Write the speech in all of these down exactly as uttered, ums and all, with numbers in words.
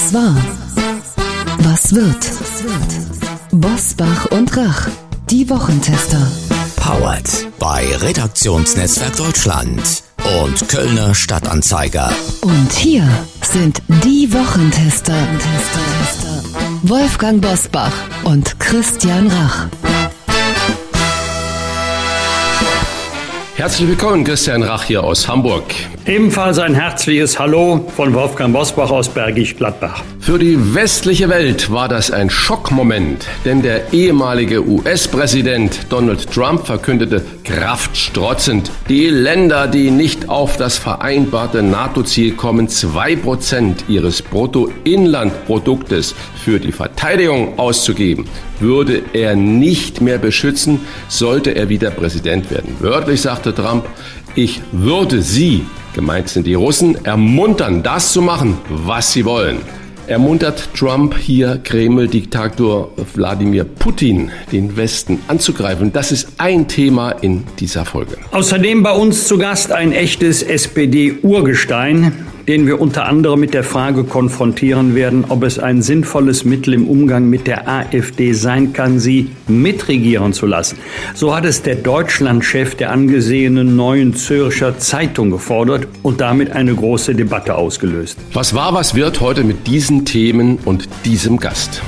Was war? Was wird? Bosbach und Rach, die Wochentester. Powered bei Redaktionsnetzwerk Deutschland und Kölner Stadtanzeiger. Und hier sind die Wochentester. Wolfgang Bosbach und Christian Rach. Herzlich willkommen, Christian Rach hier aus Hamburg. Ebenfalls ein herzliches Hallo von Wolfgang Bosbach aus Bergisch Gladbach. Für die westliche Welt war das ein Schockmoment, denn der ehemalige U S-Präsident Donald Trump verkündete kraftstrotzend, die Länder, die nicht auf das vereinbarte NATO-Ziel kommen, zwei Prozent ihres Bruttoinlandproduktes für die Verteidigung auszugeben, würde er nicht mehr beschützen, sollte er wieder Präsident werden. Wörtlich sagte Trump, ich würde Sie, gemeint sind die Russen, ermuntern, das zu machen, was sie wollen. Ermuntert Trump hier Kreml-Diktator Wladimir Putin, den Westen anzugreifen? Das ist ein Thema in dieser Folge. Außerdem bei uns zu Gast ein echtes S P D-Urgestein, den wir unter anderem mit der Frage konfrontieren werden, ob es ein sinnvolles Mittel im Umgang mit der AfD sein kann, sie mitregieren zu lassen. So hat es der Deutschlandchef der angesehenen Neuen Zürcher Zeitung gefordert und damit eine große Debatte ausgelöst. Was war, was wird heute mit diesen Themen und diesem Gast?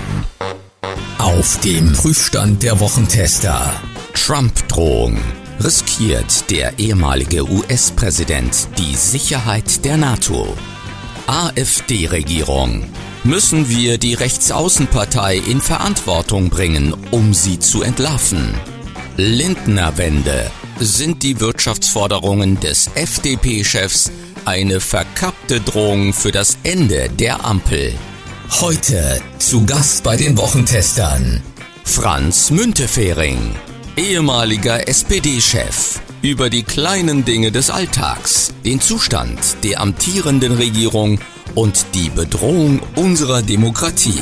Auf dem Prüfstand der Wochentester. Trump-Drohung. Riskiert der ehemalige U S-Präsident die Sicherheit der NATO? AfD-Regierung. Müssen wir die Rechtsaußenpartei in Verantwortung bringen, um sie zu entlarven? Lindner-Wende. Sind die Wirtschaftsforderungen des F D P-Chefs eine verkappte Drohung für das Ende der Ampel? Heute zu Gast bei den Wochentestern Franz Müntefering, ehemaliger S P D-Chef, über die kleinen Dinge des Alltags, den Zustand der amtierenden Regierung und die Bedrohung unserer Demokratie.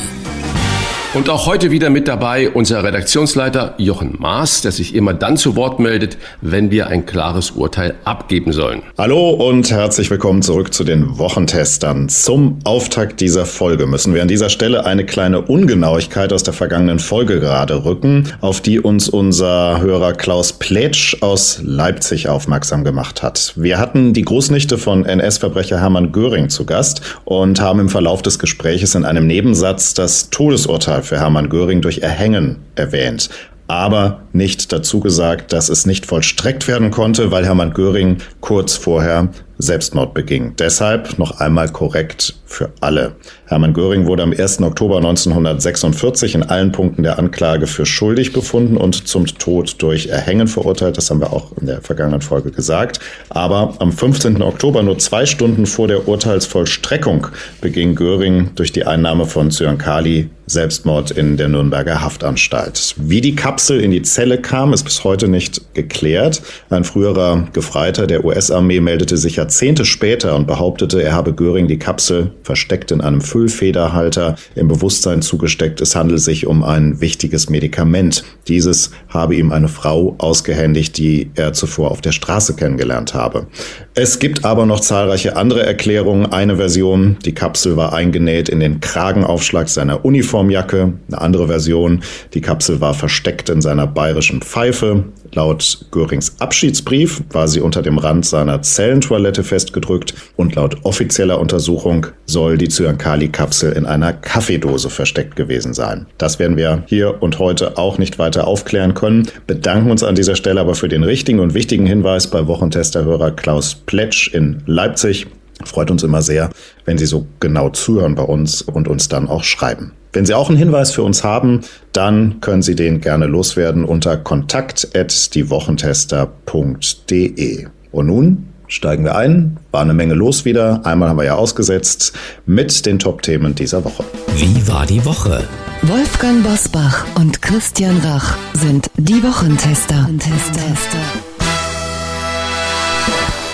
Und auch heute wieder mit dabei unser Redaktionsleiter Jochen Maas, der sich immer dann zu Wort meldet, wenn wir ein klares Urteil abgeben sollen. Hallo und herzlich willkommen zurück zu den Wochentestern. Zum Auftakt dieser Folge müssen wir an dieser Stelle eine kleine Ungenauigkeit aus der vergangenen Folge gerade rücken, auf die uns unser Hörer Klaus Pletsch aus Leipzig aufmerksam gemacht hat. Wir hatten die Großnichte von N S-Verbrecher Hermann Göring zu Gast und haben im Verlauf des Gespräches in einem Nebensatz das Todesurteil für Hermann Göring durch Erhängen erwähnt, aber nicht dazu gesagt, dass es nicht vollstreckt werden konnte, weil Hermann Göring kurz vorher Selbstmord beging. Deshalb noch einmal korrekt für alle. Hermann Göring wurde am ersten Oktober neunzehnhundertsechsundvierzig in allen Punkten der Anklage für schuldig befunden und zum Tod durch Erhängen verurteilt. Das haben wir auch in der vergangenen Folge gesagt. Aber am fünfzehnten Oktober, nur zwei Stunden vor der Urteilsvollstreckung, beging Göring durch die Einnahme von Zyankali Selbstmord in der Nürnberger Haftanstalt. Wie die Kapsel in die Zelle kam, ist bis heute nicht geklärt. Ein früherer Gefreiter der U S-Armee meldete sich Jahrzehnte später und behauptete, er habe Göring die Kapsel versteckt in einem Füllfederhalter im Bewusstsein zugesteckt. Es handele sich um ein wichtiges Medikament. Dieses habe ihm eine Frau ausgehändigt, die er zuvor auf der Straße kennengelernt habe. Es gibt aber noch zahlreiche andere Erklärungen. Eine Version, die Kapsel war eingenäht in den Kragenaufschlag seiner Uniformjacke. Eine andere Version, die Kapsel war versteckt in seiner bayerischen Pfeife. Laut Görings Abschiedsbrief war sie unter dem Rand seiner Zellentoilette festgedrückt und laut offizieller Untersuchung soll die Zyankali-Kapsel in einer Kaffeedose versteckt gewesen sein. Das werden wir hier und heute auch nicht weiter aufklären können, bedanken uns an dieser Stelle aber für den richtigen und wichtigen Hinweis bei Wochentesterhörer Klaus Pletsch in Leipzig. Freut uns immer sehr, wenn Sie so genau zuhören bei uns und uns dann auch schreiben. Wenn Sie auch einen Hinweis für uns haben, dann können Sie den gerne loswerden unter kontakt at diewochentester punkt de. Und nun steigen wir ein. War eine Menge los wieder. Einmal haben wir ja ausgesetzt mit den Top-Themen dieser Woche. Wie war die Woche? Wolfgang Bosbach und Christian Rach sind die Wochentester.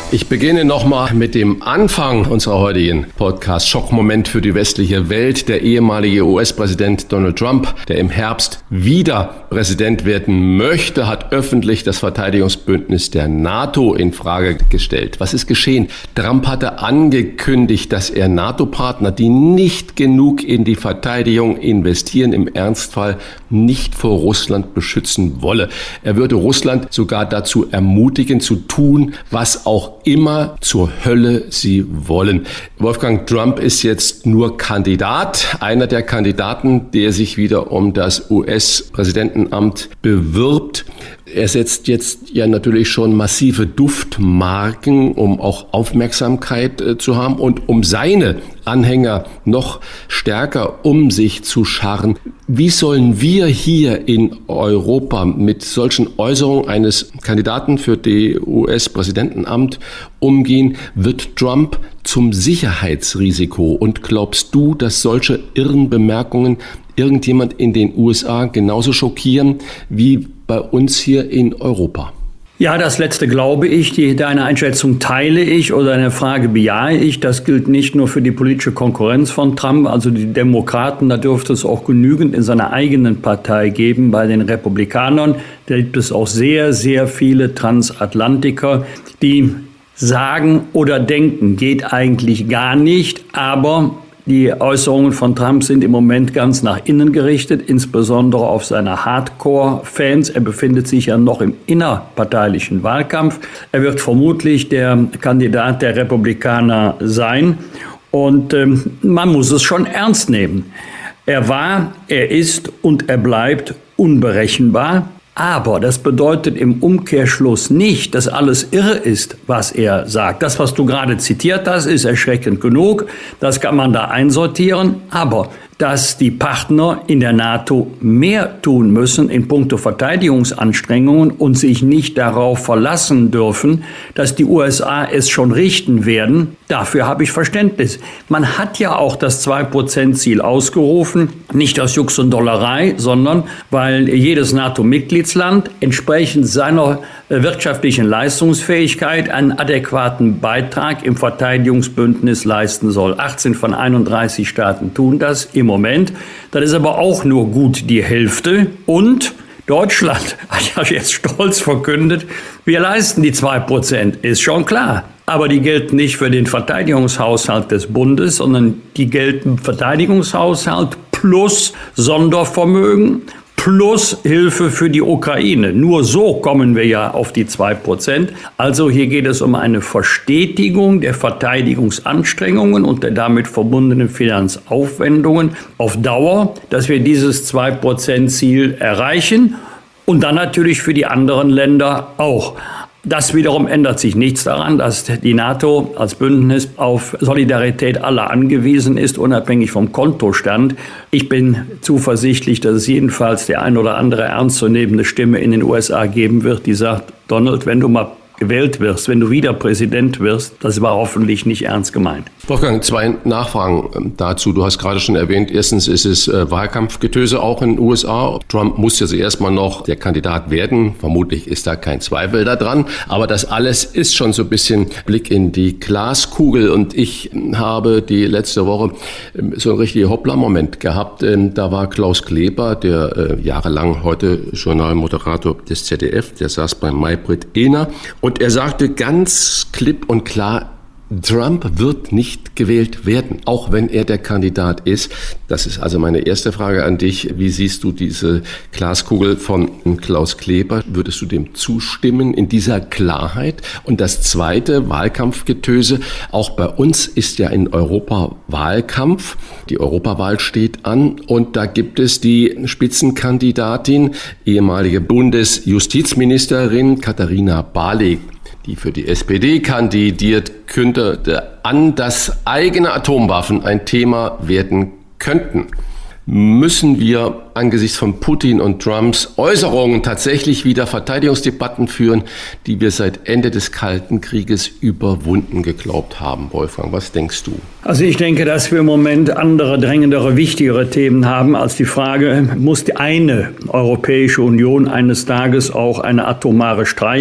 Ich beginne nochmal mit dem Anfang unserer heutigen Podcast. Schockmoment für die westliche Welt. Der ehemalige U S-Präsident Donald Trump, der im Herbst wieder Präsident werden möchte, hat öffentlich das Verteidigungsbündnis der NATO in Frage gestellt. Was ist geschehen? Trump hatte angekündigt, dass er NATO-Partner, die nicht genug in die Verteidigung investieren, im Ernstfall nicht vor Russland beschützen wolle. Er würde Russland sogar dazu ermutigen, zu tun, was auch immer zur Hölle sie wollen. Wolfgang, Trump ist jetzt nur Kandidat, einer der Kandidaten, der sich wieder um das U S-Präsidentenamt bewirbt. Er setzt jetzt ja natürlich schon massive Duftmarken, um auch Aufmerksamkeit äh, zu haben und um seine Anhänger noch stärker um sich zu scharren. Wie sollen wir hier in Europa mit solchen Äußerungen eines Kandidaten für die U S-Präsidentenamt umgehen? Wird Trump zum Sicherheitsrisiko? Und glaubst du, dass solche irren Bemerkungen irgendjemand in den U S A genauso schockieren wie bei uns hier in Europa? Ja, das Letzte glaube ich. Die, deine Einschätzung teile ich oder deine Frage bejahe ich. Das gilt nicht nur für die politische Konkurrenz von Trump, also die Demokraten. Da dürfte es auch genügend in seiner eigenen Partei geben. Bei den Republikanern, da gibt es auch sehr, sehr viele Transatlantiker, die sagen oder denken, geht eigentlich gar nicht, aber die Äußerungen von Trump sind im Moment ganz nach innen gerichtet, insbesondere auf seine Hardcore-Fans. Er befindet sich ja noch im innerparteilichen Wahlkampf. Er wird vermutlich der Kandidat der Republikaner sein. Und ähm, man muss es schon ernst nehmen. Er war, er ist und er bleibt unberechenbar. Aber das bedeutet im Umkehrschluss nicht, dass alles irre ist, was er sagt. Das, was du gerade zitiert hast, ist erschreckend genug. Das kann man da einsortieren. Aber dass die Partner in der NATO mehr tun müssen in puncto Verteidigungsanstrengungen und sich nicht darauf verlassen dürfen, dass die U S A es schon richten werden, dafür habe ich Verständnis. Man hat ja auch das zwei Prozent Ziel ausgerufen, nicht aus Jux und Dollerei, sondern weil jedes NATO-Mitgliedsland entsprechend seiner wirtschaftlichen Leistungsfähigkeit einen adäquaten Beitrag im Verteidigungsbündnis leisten soll. achtzehn von einunddreißig Staaten tun das im Moment. Das ist aber auch nur gut die Hälfte. Und Deutschland hat ja jetzt stolz verkündet, wir leisten die zwei Prozent, ist schon klar. Aber die gelten nicht für den Verteidigungshaushalt des Bundes, sondern die gelten Verteidigungshaushalt plus Sondervermögen plus Hilfe für die Ukraine. Nur so kommen wir ja auf die zwei Prozent. Also hier geht es um eine Verstetigung der Verteidigungsanstrengungen und der damit verbundenen Finanzaufwendungen auf Dauer, dass wir dieses zwei Prozent Ziel erreichen und dann natürlich für die anderen Länder auch. Das wiederum ändert sich nichts daran, dass die NATO als Bündnis auf Solidarität aller angewiesen ist, unabhängig vom Kontostand. Ich bin zuversichtlich, dass es jedenfalls der ein oder andere ernstzunehmende Stimme in den U S A geben wird, die sagt, Donald, wenn du mal gewählt wirst, wenn du wieder Präsident wirst, das war hoffentlich nicht ernst gemeint. Wolfgang, zwei Nachfragen dazu. Du hast gerade schon erwähnt, erstens ist es äh, Wahlkampfgetöse auch in den U S A. Trump muss jetzt erstmal noch der Kandidat werden. Vermutlich ist da kein Zweifel daran. Aber das alles ist schon so ein bisschen Blick in die Glaskugel. Und ich habe die letzte Woche äh, so einen richtigen Hoppla-Moment gehabt. Ähm, da war Klaus Kleber, der äh, jahrelang heute Journalmoderator des Z D F, der saß bei Maybrit Illner. Und er sagte ganz klipp und klar, Trump wird nicht gewählt werden, auch wenn er der Kandidat ist. Das ist also meine erste Frage an dich. Wie siehst du diese Glaskugel von Klaus Kleber? Würdest du dem zustimmen in dieser Klarheit? Und das zweite, Wahlkampfgetöse. Auch bei uns ist ja in Europa Wahlkampf. Die Europawahl steht an und da gibt es die Spitzenkandidatin, ehemalige Bundesjustizministerin Katharina Barley, die für die S P D kandidiert, könnte an, dass eigene Atomwaffen ein Thema werden könnten. Müssen wir angesichts von Putin und Trumps Äußerungen tatsächlich wieder Verteidigungsdebatten führen, die wir seit Ende des Kalten Krieges überwunden geglaubt haben? Wolfgang, was denkst du? Also ich denke, dass wir im Moment andere, drängendere, wichtigere Themen haben als die Frage, muss die eine Europäische Union eines Tages auch eine atomare Streit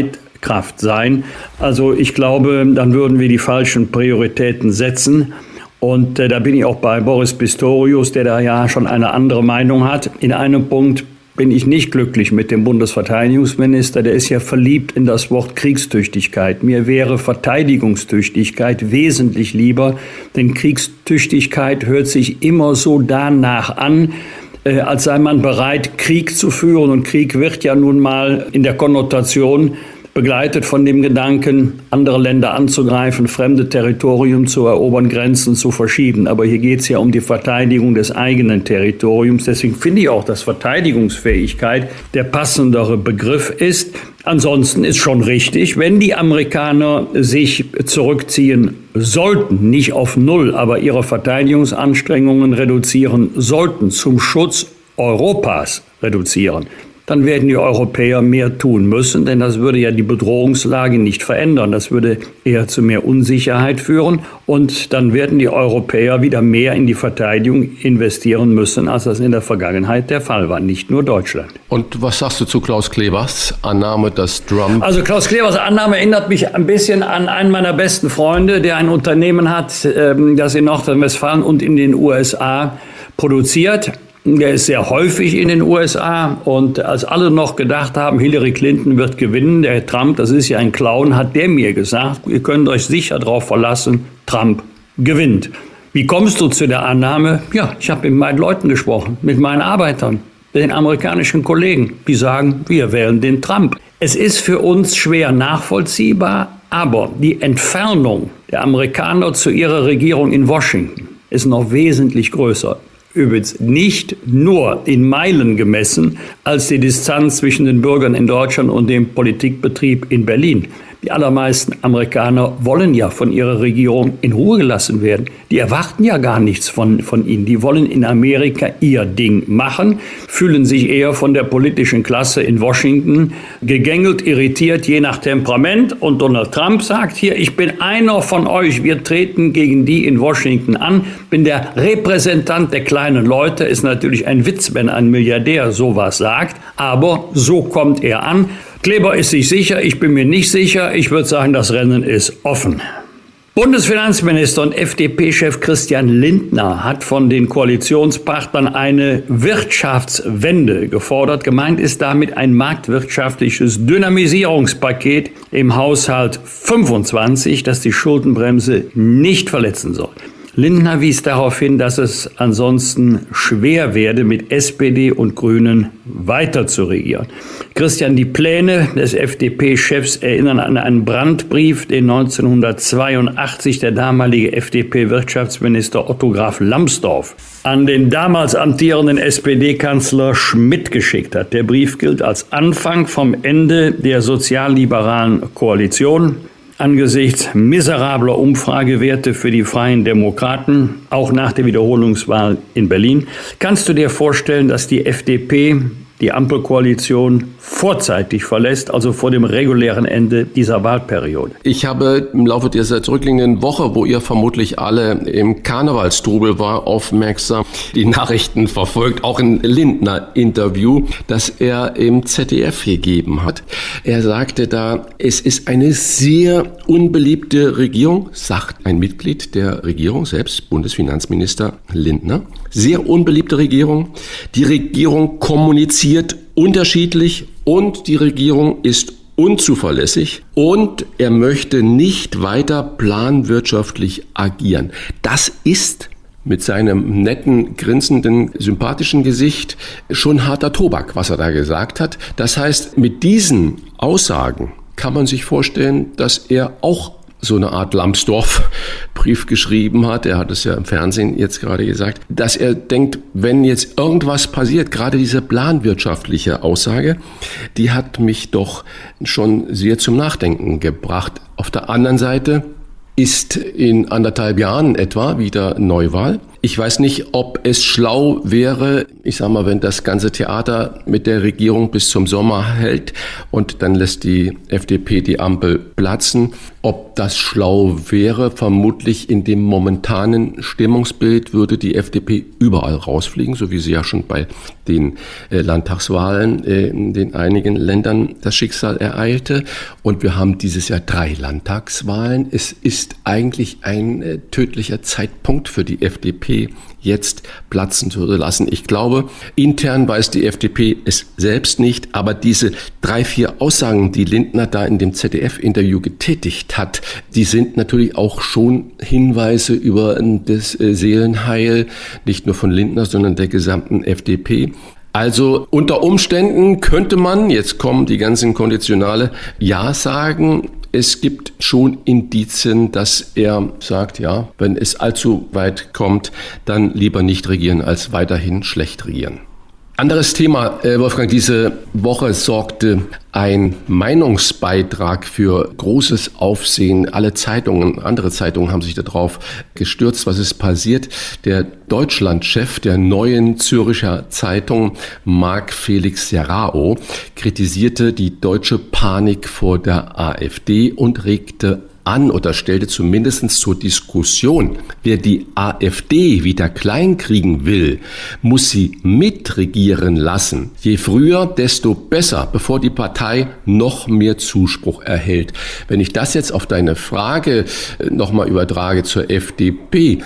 Wirtschaftskraft sein. Also ich glaube, dann würden wir die falschen Prioritäten setzen. Und äh, da bin ich auch bei Boris Pistorius, der da ja schon eine andere Meinung hat. In einem Punkt bin ich nicht glücklich mit dem Bundesverteidigungsminister. Der ist ja verliebt in das Wort Kriegstüchtigkeit. Mir wäre Verteidigungstüchtigkeit wesentlich lieber, denn Kriegstüchtigkeit hört sich immer so danach an, äh, als sei man bereit, Krieg zu führen. Und Krieg wird ja nun mal in der Konnotation begleitet von dem Gedanken, andere Länder anzugreifen, fremde Territorien zu erobern, Grenzen zu verschieben. Aber hier geht es ja um die Verteidigung des eigenen Territoriums. Deswegen finde ich auch, dass Verteidigungsfähigkeit der passendere Begriff ist. Ansonsten ist schon richtig, wenn die Amerikaner sich zurückziehen sollten, nicht auf Null, aber ihre Verteidigungsanstrengungen reduzieren sollten, zum Schutz Europas reduzieren, dann werden die Europäer mehr tun müssen, denn das würde ja die Bedrohungslage nicht verändern. Das würde eher zu mehr Unsicherheit führen und dann werden die Europäer wieder mehr in die Verteidigung investieren müssen, als das in der Vergangenheit der Fall war, nicht nur Deutschland. Und was sagst du zu Klaus Klevers Annahme, dass Trump... Also Klaus Klevers Annahme erinnert mich ein bisschen an einen meiner besten Freunde, der ein Unternehmen hat, das in Nordrhein-Westfalen und in den U S A produziert. Der ist sehr häufig in den U S A und als alle noch gedacht haben, Hillary Clinton wird gewinnen, der Herr Trump, das ist ja ein Clown, hat der mir gesagt, ihr könnt euch sicher darauf verlassen, Trump gewinnt. Wie kommst du zu der Annahme? Ja, ich habe mit meinen Leuten gesprochen, mit meinen Arbeitern, den amerikanischen Kollegen, die sagen, wir wählen den Trump. Es ist für uns schwer nachvollziehbar, aber die Entfernung der Amerikaner zu ihrer Regierung in Washington ist noch wesentlich größer. Übrigens nicht nur in Meilen gemessen als die Distanz zwischen den Bürgern in Deutschland und dem Politikbetrieb in Berlin. Die allermeisten Amerikaner wollen ja von ihrer Regierung in Ruhe gelassen werden. Die erwarten ja gar nichts von, von ihnen. Die wollen in Amerika ihr Ding machen, fühlen sich eher von der politischen Klasse in Washington gegängelt, irritiert, je nach Temperament. Und Donald Trump sagt hier, ich bin einer von euch, wir treten gegen die in Washington an, bin der Repräsentant der kleinen Leute. Ist natürlich ein Witz, wenn ein Milliardär sowas sagt, aber so kommt er an. Kleber ist sich sicher, ich bin mir nicht sicher. Ich würde sagen, das Rennen ist offen. Bundesfinanzminister und F D P-Chef Christian Lindner hat von den Koalitionspartnern eine Wirtschaftswende gefordert. Gemeint ist damit ein marktwirtschaftliches Dynamisierungspaket im Haushalt fünfundzwanzig, das die Schuldenbremse nicht verletzen soll. Lindner wies darauf hin, dass es ansonsten schwer werde, mit S P D und Grünen weiter zu regieren. Christian, die Pläne des F D P-Chefs erinnern an einen Brandbrief, den neunzehnhundertzweiundachtzig der damalige F D P-Wirtschaftsminister Otto Graf Lambsdorff an den damals amtierenden S P D-Kanzler Schmidt geschickt hat. Der Brief gilt als Anfang vom Ende der sozialliberalen Koalition. Angesichts miserabler Umfragewerte für die Freien Demokraten, auch nach der Wiederholungswahl in Berlin, kannst du dir vorstellen, dass die F D P die Ampelkoalition vorzeitig verlässt, also vor dem regulären Ende dieser Wahlperiode? Ich habe im Laufe dieser zurückliegenden Woche, wo ihr vermutlich alle im Karnevalstrubel war, aufmerksam die Nachrichten verfolgt, auch ein Lindner-Interview, das er im Z D F gegeben hat. Er sagte da, es ist eine sehr unbeliebte Regierung, sagt ein Mitglied der Regierung selbst, Bundesfinanzminister Lindner. Sehr unbeliebte Regierung. Die Regierung kommuniziert unterschiedlich und die Regierung ist unzuverlässig und er möchte nicht weiter planwirtschaftlich agieren. Das ist mit seinem netten, grinsenden, sympathischen Gesicht schon harter Tobak, was er da gesagt hat. Das heißt, mit diesen Aussagen kann man sich vorstellen, dass er auch so eine Art Lambsdorff-Brief geschrieben hat, er hat es ja im Fernsehen jetzt gerade gesagt, dass er denkt, wenn jetzt irgendwas passiert, gerade diese planwirtschaftliche Aussage, die hat mich doch schon sehr zum Nachdenken gebracht. Auf der anderen Seite ist in anderthalb Jahren etwa wieder Neuwahl. Ich weiß nicht, ob es schlau wäre, ich sag mal, wenn das ganze Theater mit der Regierung bis zum Sommer hält und dann lässt die F D P die Ampel platzen, ob das schlau wäre. Vermutlich in dem momentanen Stimmungsbild würde die F D P überall rausfliegen, so wie sie ja schon bei den äh, Landtagswahlen äh, in den einigen Ländern das Schicksal ereilte. Und wir haben dieses Jahr drei Landtagswahlen. Es ist eigentlich ein äh, tödlicher Zeitpunkt für die F D P, jetzt platzen zu lassen. Ich glaube, intern weiß die F D P es selbst nicht, aber diese drei, vier Aussagen, die Lindner da in dem Z D F-Interview getätigt hat, die sind natürlich auch schon Hinweise über das Seelenheil, nicht nur von Lindner, sondern der gesamten F D P. Also unter Umständen könnte man, jetzt kommen die ganzen Konditionale, ja sagen. Es gibt schon Indizien, dass er sagt, ja, wenn es allzu weit kommt, dann lieber nicht regieren als weiterhin schlecht regieren. Anderes Thema, Wolfgang, diese Woche sorgte ein Meinungsbeitrag für großes Aufsehen. Alle Zeitungen, andere Zeitungen haben sich darauf gestürzt, was ist passiert. Der Deutschlandchef der Neuen Zürcher Zeitung, Marc Felix Serrao, kritisierte die deutsche Panik vor der AfD und regte an oder stellte zumindest zur Diskussion, wer die AfD wieder kleinkriegen will, muss sie mitregieren lassen. Je früher, desto besser, bevor die Partei noch mehr Zuspruch erhält. Wenn ich das jetzt auf deine Frage nochmal übertrage zur F D P,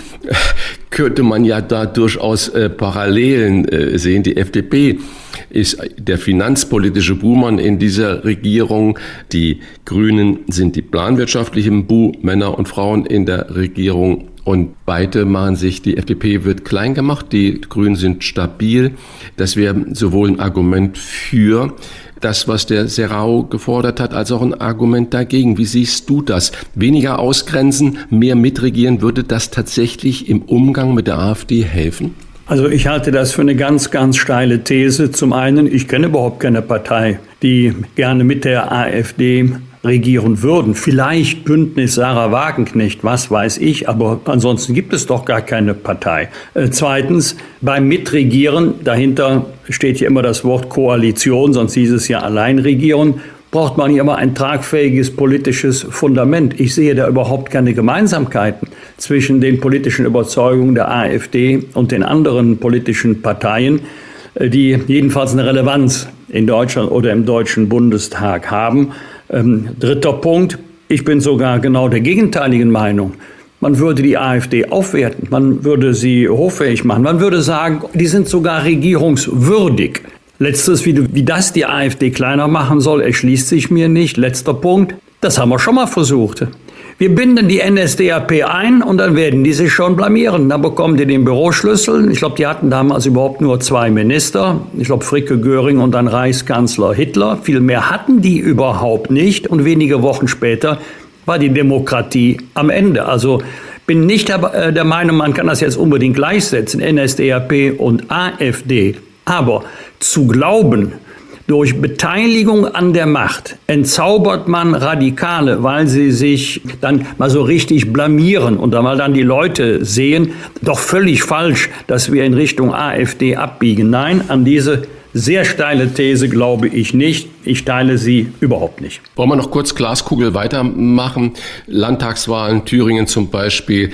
könnte man ja da durchaus äh, Parallelen äh, sehen. Die F D P ist der finanzpolitische Buhmann in dieser Regierung. Die Grünen sind die planwirtschaftlichen Bu, Männer und Frauen in der Regierung. Und beide machen sich, die F D P wird klein gemacht, die Grünen sind stabil. Das wäre sowohl ein Argument für das, was der Serrao gefordert hat, als auch ein Argument dagegen. Wie siehst du das? Weniger ausgrenzen, mehr mitregieren, würde das tatsächlich im Umgang mit der AfD helfen? Also ich halte das für eine ganz, ganz steile These. Zum einen, ich kenne überhaupt keine Partei, die gerne mit der AfD regieren würden. Vielleicht Bündnis Sarah Wagenknecht, was weiß ich, aber ansonsten gibt es doch gar keine Partei. Äh, zweitens, beim Mitregieren, dahinter steht hier immer das Wort Koalition, sonst hieß es ja Alleinregieren, braucht man hier aber ein tragfähiges politisches Fundament. Ich sehe da überhaupt keine Gemeinsamkeiten zwischen den politischen Überzeugungen der AfD und den anderen politischen Parteien, die jedenfalls eine Relevanz in Deutschland oder im Deutschen Bundestag haben. Ähm, dritter Punkt, ich bin sogar genau der gegenteiligen Meinung. Man würde die AfD aufwerten, man würde sie hoffähig machen, man würde sagen, die sind sogar regierungswürdig. Letztes, wie, wie das die AfD kleiner machen soll, erschließt sich mir nicht. Letzter Punkt, das haben wir schon mal versucht. Wir binden die N S D A P ein und dann werden die sich schon blamieren. Dann bekommen die den Büroschlüssel. Ich glaube, die hatten damals überhaupt nur zwei Minister. Ich glaube, Fricke Göring und dann Reichskanzler Hitler. Viel mehr hatten die überhaupt nicht. Und wenige Wochen später war die Demokratie am Ende. Also bin nicht der, der Meinung, man kann das jetzt unbedingt gleichsetzen, N S D A P und AfD. Aber zu glauben, durch Beteiligung an der Macht entzaubert man Radikale, weil sie sich dann mal so richtig blamieren und dann mal dann die Leute sehen, doch völlig falsch, dass wir in Richtung AfD abbiegen. Nein, an diese sehr steile These glaube ich nicht. Ich teile sie überhaupt nicht. Wollen wir noch kurz Glaskugel weitermachen? Landtagswahlen, Thüringen zum Beispiel.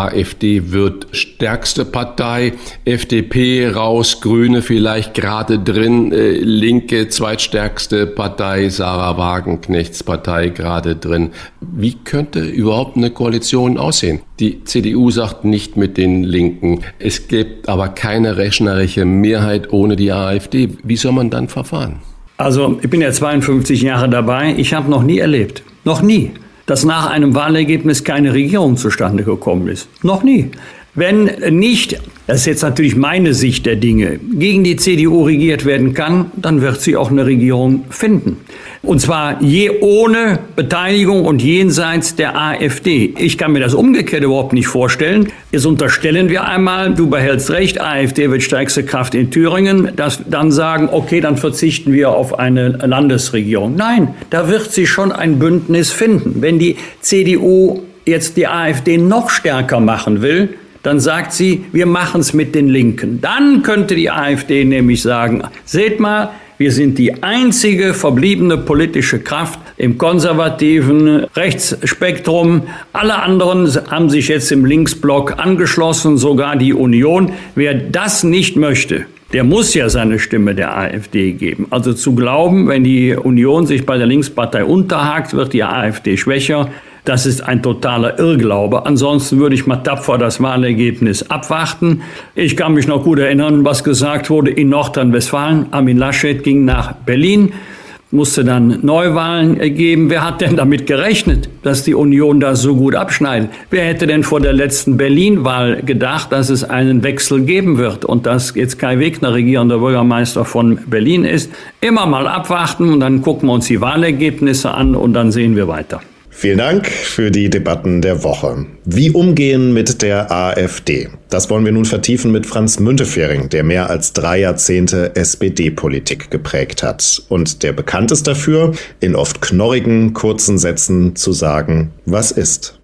AfD wird stärkste Partei, F D P raus, Grüne vielleicht gerade drin, äh, Linke zweitstärkste Partei, Sarah Wagenknechts Partei gerade drin. Wie könnte überhaupt eine Koalition aussehen? Die C D U sagt nicht mit den Linken. Es gibt aber keine rechnerische Mehrheit ohne die AfD. Wie soll man dann verfahren? Also ich bin ja zweiundfünfzig Jahre dabei. Ich habe noch nie erlebt, noch nie, dass nach einem Wahlergebnis keine Regierung zustande gekommen ist. Noch nie. Wenn nicht, das ist jetzt natürlich meine Sicht der Dinge, gegen die C D U regiert werden kann, dann wird sie auch eine Regierung finden. Und zwar je ohne Beteiligung und jenseits der AfD. Ich kann mir das umgekehrt überhaupt nicht vorstellen. Jetzt unterstellen wir einmal, du behältst recht, AfD wird stärkste Kraft in Thüringen, dass dann sagen, okay, dann verzichten wir auf eine Landesregierung. Nein, da wird sie schon ein Bündnis finden. Wenn die C D U jetzt die AfD noch stärker machen will, dann sagt sie, wir machen es mit den Linken. Dann könnte die AfD nämlich sagen, seht mal, wir sind die einzige verbliebene politische Kraft im konservativen Rechtsspektrum. Alle anderen haben sich jetzt im Linksblock angeschlossen, sogar die Union. Wer das nicht möchte, der muss ja seine Stimme der AfD geben. Also zu glauben, wenn die Union sich bei der Linkspartei unterhakt, wird die AfD schwächer. Das ist ein totaler Irrglaube. Ansonsten würde ich mal tapfer das Wahlergebnis abwarten. Ich kann mich noch gut erinnern, was gesagt wurde in Nordrhein-Westfalen. Armin Laschet ging nach Berlin, musste dann Neuwahlen geben. Wer hat denn damit gerechnet, dass die Union da so gut abschneidet? Wer hätte denn vor der letzten Berlin-Wahl gedacht, dass es einen Wechsel geben wird und dass jetzt Kai Wegner regierender Bürgermeister von Berlin ist? Immer mal abwarten und dann gucken wir uns die Wahlergebnisse an und dann sehen wir weiter. Vielen Dank für die Debatten der Woche. Wie umgehen mit der AfD? Das wollen wir nun vertiefen mit Franz Müntefering, der mehr als drei Jahrzehnte S P D-Politik geprägt hat. Und der bekannt ist dafür, in oft knorrigen, kurzen Sätzen zu sagen, was ist.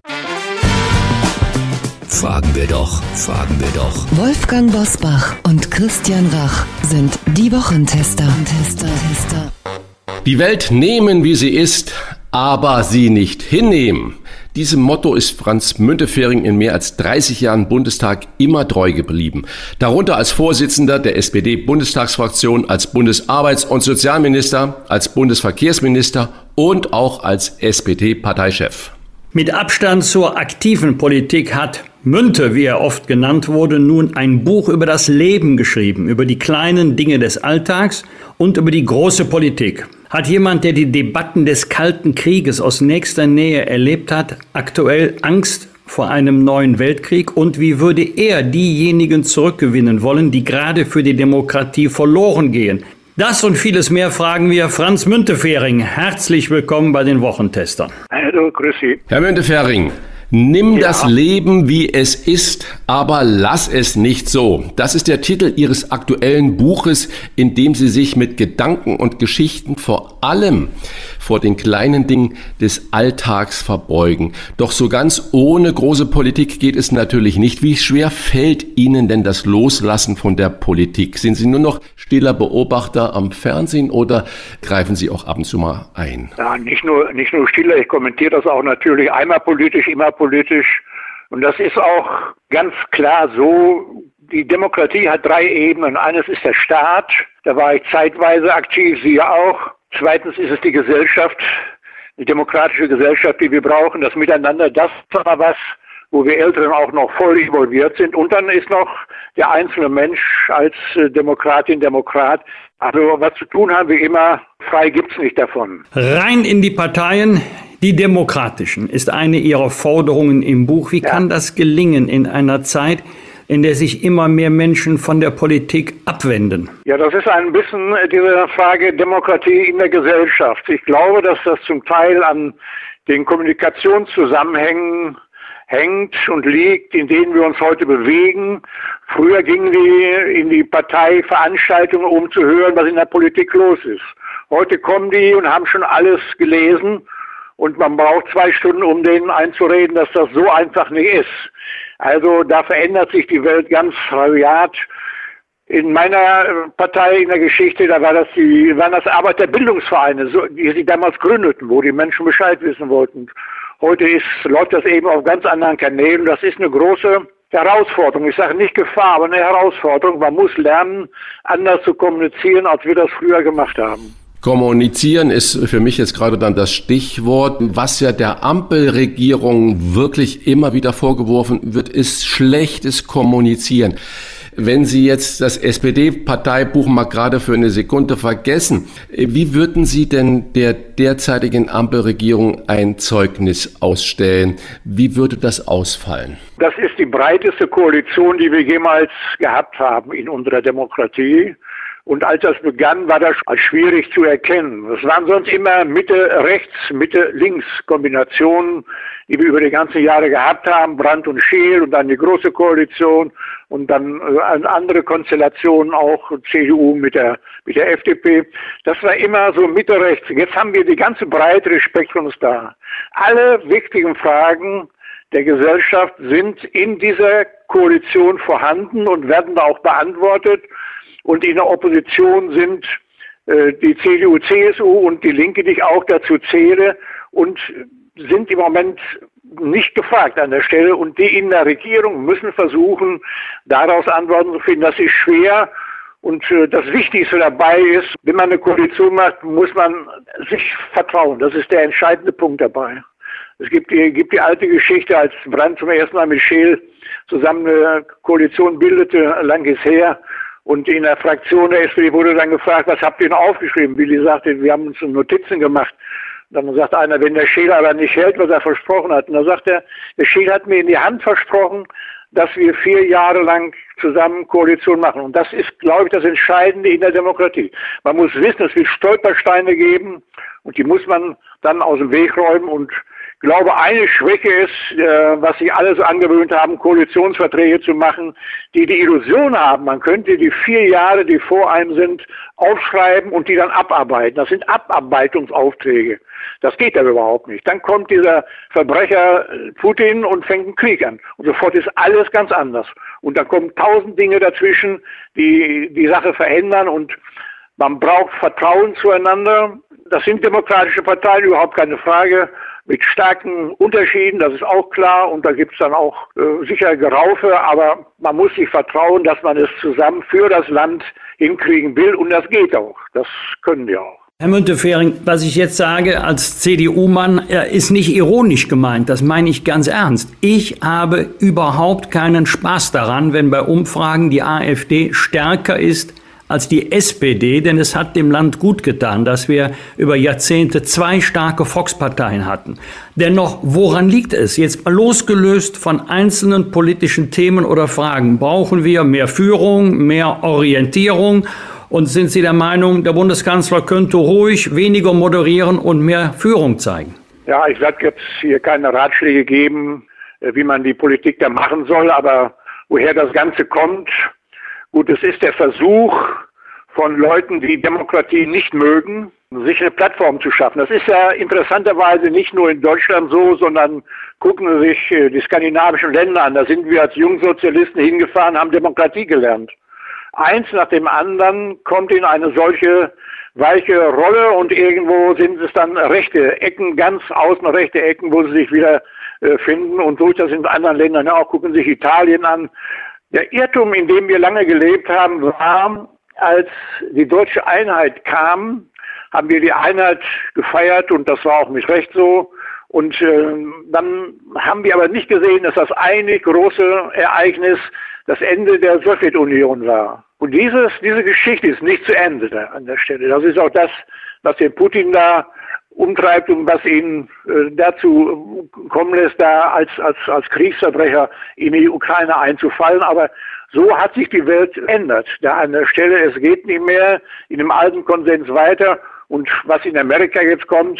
Fragen wir doch, fragen wir doch. Wolfgang Bosbach und Christian Rach sind die Wochentester. Tester, Tester. Die Welt nehmen, wie sie ist, aber sie nicht hinnehmen. Diesem Motto ist Franz Müntefering in mehr als dreißig Jahren Bundestag immer treu geblieben. Darunter als Vorsitzender der S P D-Bundestagsfraktion, als Bundesarbeits- und Sozialminister, als Bundesverkehrsminister und auch als S P D-Parteichef. Mit Abstand zur aktiven Politik hat Münte, wie er oft genannt wurde, nun ein Buch über das Leben geschrieben, über die kleinen Dinge des Alltags und über die große Politik. Hat jemand, der die Debatten des Kalten Krieges aus nächster Nähe erlebt hat, aktuell Angst vor einem neuen Weltkrieg? Und wie würde er diejenigen zurückgewinnen wollen, die gerade für die Demokratie verloren gehen? Das und vieles mehr fragen wir Franz Müntefering. Herzlich willkommen bei den Wochentestern. Hallo, grüß Sie. Herr Müntefering, nimm Ja. das Leben, wie es ist, aber lass es nicht so. Das ist der Titel Ihres aktuellen Buches, in dem Sie sich mit Gedanken und Geschichten vor allem vor den kleinen Dingen des Alltags verbeugen. Doch so ganz ohne große Politik geht es natürlich nicht. Wie schwer fällt Ihnen denn das Loslassen von der Politik? Sind Sie nur noch stiller Beobachter am Fernsehen oder greifen Sie auch ab und zu mal ein? Ja, nicht nur, nicht nur stiller, ich kommentiere das auch natürlich einmal politisch, immer politisch. Und das ist auch ganz klar so, die Demokratie hat drei Ebenen. Eines ist der Staat, da war ich zeitweise aktiv, Sie auch. Zweitens ist es die Gesellschaft, die demokratische Gesellschaft, die wir brauchen, das Miteinander, das ist aber was, wo wir Älteren auch noch voll involviert sind. Und dann ist noch der einzelne Mensch als Demokratin, Demokrat. Also was zu tun haben wir immer, frei gibt's nicht davon. Rein in die Parteien, die demokratischen, ist eine Ihrer Forderungen im Buch. Wie Ja. kann das gelingen in einer Zeit, in der sich immer mehr Menschen von der Politik abwenden? Ja, das ist ein bisschen diese Frage Demokratie in der Gesellschaft. Ich glaube, dass das zum Teil an den Kommunikationszusammenhängen hängt und liegt, in denen wir uns heute bewegen. Früher gingen die in die Parteiveranstaltungen, um zu hören, was in der Politik los ist. Heute kommen die und haben schon alles gelesen und man braucht zwei Stunden, um denen einzureden, dass das so einfach nicht ist. Also da verändert sich die Welt ganz rabiat. In meiner Partei, in der Geschichte, da war das die, waren das Arbeiterbildungsvereine, so, die sie damals gründeten, wo die Menschen Bescheid wissen wollten. Heute ist, läuft das eben auf ganz anderen Kanälen. Das ist eine große Herausforderung. Ich sage nicht Gefahr, aber eine Herausforderung. Man muss lernen, anders zu kommunizieren, als wir das früher gemacht haben. Kommunizieren ist für mich jetzt gerade dann das Stichwort. Was ja der Ampelregierung wirklich immer wieder vorgeworfen wird, ist schlechtes Kommunizieren. Wenn Sie jetzt das S P D-Parteibuch mal gerade für eine Sekunde vergessen, wie würden Sie denn der derzeitigen Ampelregierung ein Zeugnis ausstellen? Wie würde das ausfallen? Das ist die breiteste Koalition, die wir jemals gehabt haben in unserer Demokratie. Und als das begann, war das als schwierig zu erkennen. Es waren sonst immer Mitte-Rechts, Mitte-Links-Kombinationen, die wir über die ganzen Jahre gehabt haben, Brandt und Scheel und dann die Große Koalition und dann äh, andere Konstellationen auch, C D U mit der mit der F D P. Das war immer so Mitte-Rechts. Jetzt haben wir die ganze Breite des Spektrums da. Alle wichtigen Fragen der Gesellschaft sind in dieser Koalition vorhanden und werden da auch beantwortet. Und in der Opposition sind äh, die C D U, C S U und die Linke, die ich auch dazu zähle, und sind im Moment nicht gefragt an der Stelle. Und die in der Regierung müssen versuchen, daraus Antworten zu finden. Das ist schwer. Und äh, das Wichtigste dabei ist, wenn man eine Koalition macht, muss man sich vertrauen. Das ist der entscheidende Punkt dabei. Es gibt die, gibt die alte Geschichte, als Brandt zum ersten Mal mit Scheel zusammen eine Koalition bildete, lang ist her. Und in der Fraktion der S P D wurde dann gefragt, was habt ihr denn aufgeschrieben? Willi sagte, wir haben uns Notizen gemacht. Dann sagt einer, wenn der Scheel aber nicht hält, was er versprochen hat. Und dann sagt er, der Scheel hat mir in die Hand versprochen, dass wir vier Jahre lang zusammen Koalition machen. Und das ist, glaube ich, das Entscheidende in der Demokratie. Man muss wissen, es wird Stolpersteine geben und die muss man dann aus dem Weg räumen. Und ich glaube, eine Schwäche ist, äh, was sich alle so angewöhnt haben, Koalitionsverträge zu machen, die die Illusion haben, man könnte die vier Jahre, die vor einem sind, aufschreiben und die dann abarbeiten. Das sind Abarbeitungsaufträge. Das geht aber überhaupt nicht. Dann kommt dieser Verbrecher Putin und fängt einen Krieg an. Und sofort ist alles ganz anders. Und dann kommen tausend Dinge dazwischen, die die Sache verändern. Und man braucht Vertrauen zueinander. Das sind demokratische Parteien, überhaupt keine Frage, mit starken Unterschieden, das ist auch klar. Und da gibt es dann auch äh, sicher Geraufe. Aber man muss sich vertrauen, dass man es zusammen für das Land hinkriegen will. Und das geht auch. Das können wir auch. Herr Müntefering, was ich jetzt sage als C D U-Mann, ist nicht ironisch gemeint. Das meine ich ganz ernst. Ich habe überhaupt keinen Spaß daran, wenn bei Umfragen die AfD stärker ist als die S P D, denn es hat dem Land gut getan, dass wir über Jahrzehnte zwei starke Volksparteien hatten. Dennoch, woran liegt es? Jetzt losgelöst von einzelnen politischen Themen oder Fragen, brauchen wir mehr Führung, mehr Orientierung? Und sind Sie der Meinung, der Bundeskanzler könnte ruhig weniger moderieren und mehr Führung zeigen? Ja, ich werde jetzt hier keine Ratschläge geben, wie man die Politik da machen soll, aber woher das Ganze kommt, gut, es ist der Versuch von Leuten, die Demokratie nicht mögen, sich eine Plattform zu schaffen. Das ist ja interessanterweise nicht nur in Deutschland so, sondern gucken Sie sich die skandinavischen Länder an. Da sind wir als Jungsozialisten hingefahren, haben Demokratie gelernt. Eins nach dem anderen kommt in eine solche weiche Rolle und irgendwo sind es dann rechte Ecken, ganz außen rechte Ecken, wo sie sich wieder äh, finden. Und so ist das in anderen Ländern auch. Gucken Sie sich Italien an. Der Irrtum, in dem wir lange gelebt haben, war, als die deutsche Einheit kam, haben wir die Einheit gefeiert und das war auch mit Recht so. Und äh, dann haben wir aber nicht gesehen, dass das eine große Ereignis das Ende der Sowjetunion war. Und dieses, diese Geschichte ist nicht zu Ende da an der Stelle. Das ist auch das, was den Putin da umtreibt und was ihn äh, dazu kommen lässt, da als, als, als Kriegsverbrecher in die Ukraine einzufallen. Aber so hat sich die Welt verändert. Da an der Stelle, es geht nicht mehr in dem alten Konsens weiter. Und was in Amerika jetzt kommt,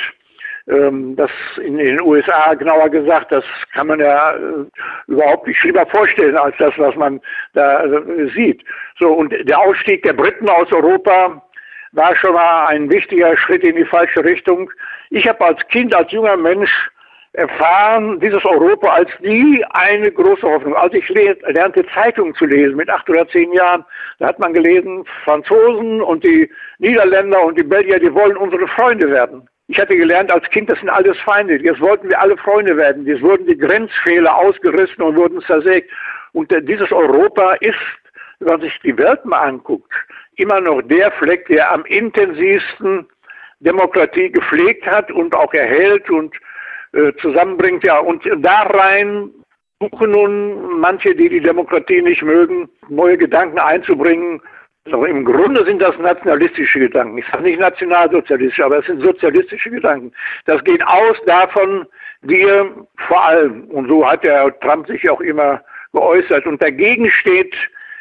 ähm, das in, in den U S A genauer gesagt, das kann man ja äh, überhaupt nicht schlimmer vorstellen als das, was man da äh, sieht. So, und der Ausstieg der Briten aus Europa war schon mal ein wichtiger Schritt in die falsche Richtung. Ich habe als Kind, als junger Mensch erfahren, dieses Europa als nie eine große Hoffnung. Als ich lernte, Zeitungen zu lesen mit acht oder zehn Jahren, da hat man gelesen, Franzosen und die Niederländer und die Belgier, die wollen unsere Freunde werden. Ich hatte gelernt als Kind, das sind alles Feinde. Jetzt wollten wir alle Freunde werden. Jetzt wurden die Grenzfehler ausgerissen und wurden zersägt. Und äh, dieses Europa ist, wenn man sich die Welt mal anguckt, immer noch der Fleck, der am intensivsten Demokratie gepflegt hat und auch erhält und äh, zusammenbringt. Ja, und da rein suchen nun manche, die die Demokratie nicht mögen, neue Gedanken einzubringen. Also im Grunde sind das nationalistische Gedanken. Ich sage nicht nationalsozialistische, aber es sind sozialistische Gedanken. Das geht aus davon, wir vor allem, und so hat der Trump sich auch immer geäußert, und dagegen steht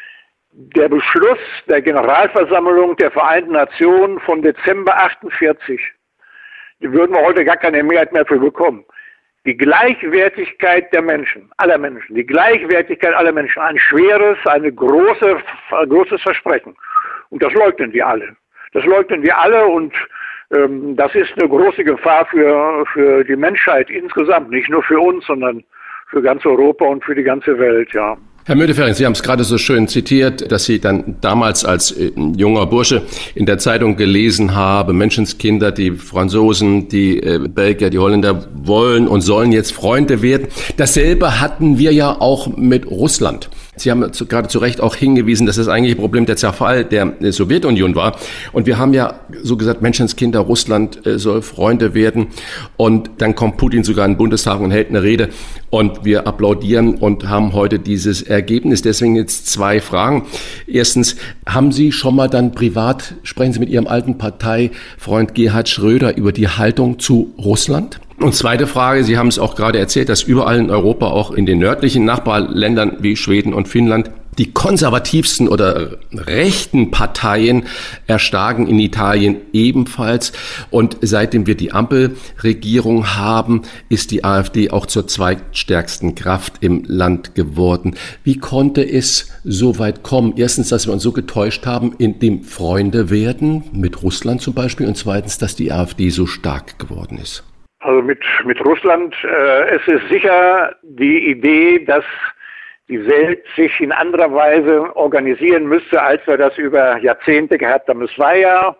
der Beschluss der Generalversammlung der Vereinten Nationen von Dezember achtundvierzig. Die würden wir heute gar keine Mehrheit mehr für bekommen. Die Gleichwertigkeit der Menschen, aller Menschen, die Gleichwertigkeit aller Menschen, ein schweres, eine große, ein großes Versprechen. Und das leugnen wir alle. Das leugnen wir alle und ähm, das ist eine große Gefahr für, für die Menschheit insgesamt, nicht nur für uns, sondern für ganz Europa und für die ganze Welt, ja. Herr Müntefering, Sie haben es gerade so schön zitiert, dass Sie dann damals als äh, junger Bursche in der Zeitung gelesen haben, Menschenskinder, die Franzosen, die äh, Belgier, die Holländer wollen und sollen jetzt Freunde werden. Dasselbe hatten wir ja auch mit Russland. Sie haben zu, gerade zu Recht auch hingewiesen, dass das eigentliche Problem der Zerfall der äh, Sowjetunion war. Und wir haben ja so gesagt, Menschenskinder, Russland äh, soll Freunde werden. Und dann kommt Putin sogar in den Bundestag und hält eine Rede. Und wir applaudieren und haben heute dieses Ergebnis. Deswegen jetzt zwei Fragen. Erstens, haben Sie schon mal dann privat, sprechen Sie mit Ihrem alten Parteifreund Gerhard Schröder über die Haltung zu Russland? Und zweite Frage, Sie haben es auch gerade erzählt, dass überall in Europa, auch in den nördlichen Nachbarländern wie Schweden und Finnland, die konservativsten oder rechten Parteien erstarken, in Italien ebenfalls. Und seitdem wir die Ampelregierung haben, ist die AfD auch zur zweitstärksten Kraft im Land geworden. Wie konnte es so weit kommen? Erstens, dass wir uns so getäuscht haben, in dem Freunde werden, mit Russland zum Beispiel, und zweitens, dass die AfD so stark geworden ist. Also mit, mit Russland, äh, es ist sicher die Idee, dass die Welt sich in anderer Weise organisieren müsste, als wir das über Jahrzehnte gehabt haben. Es war ja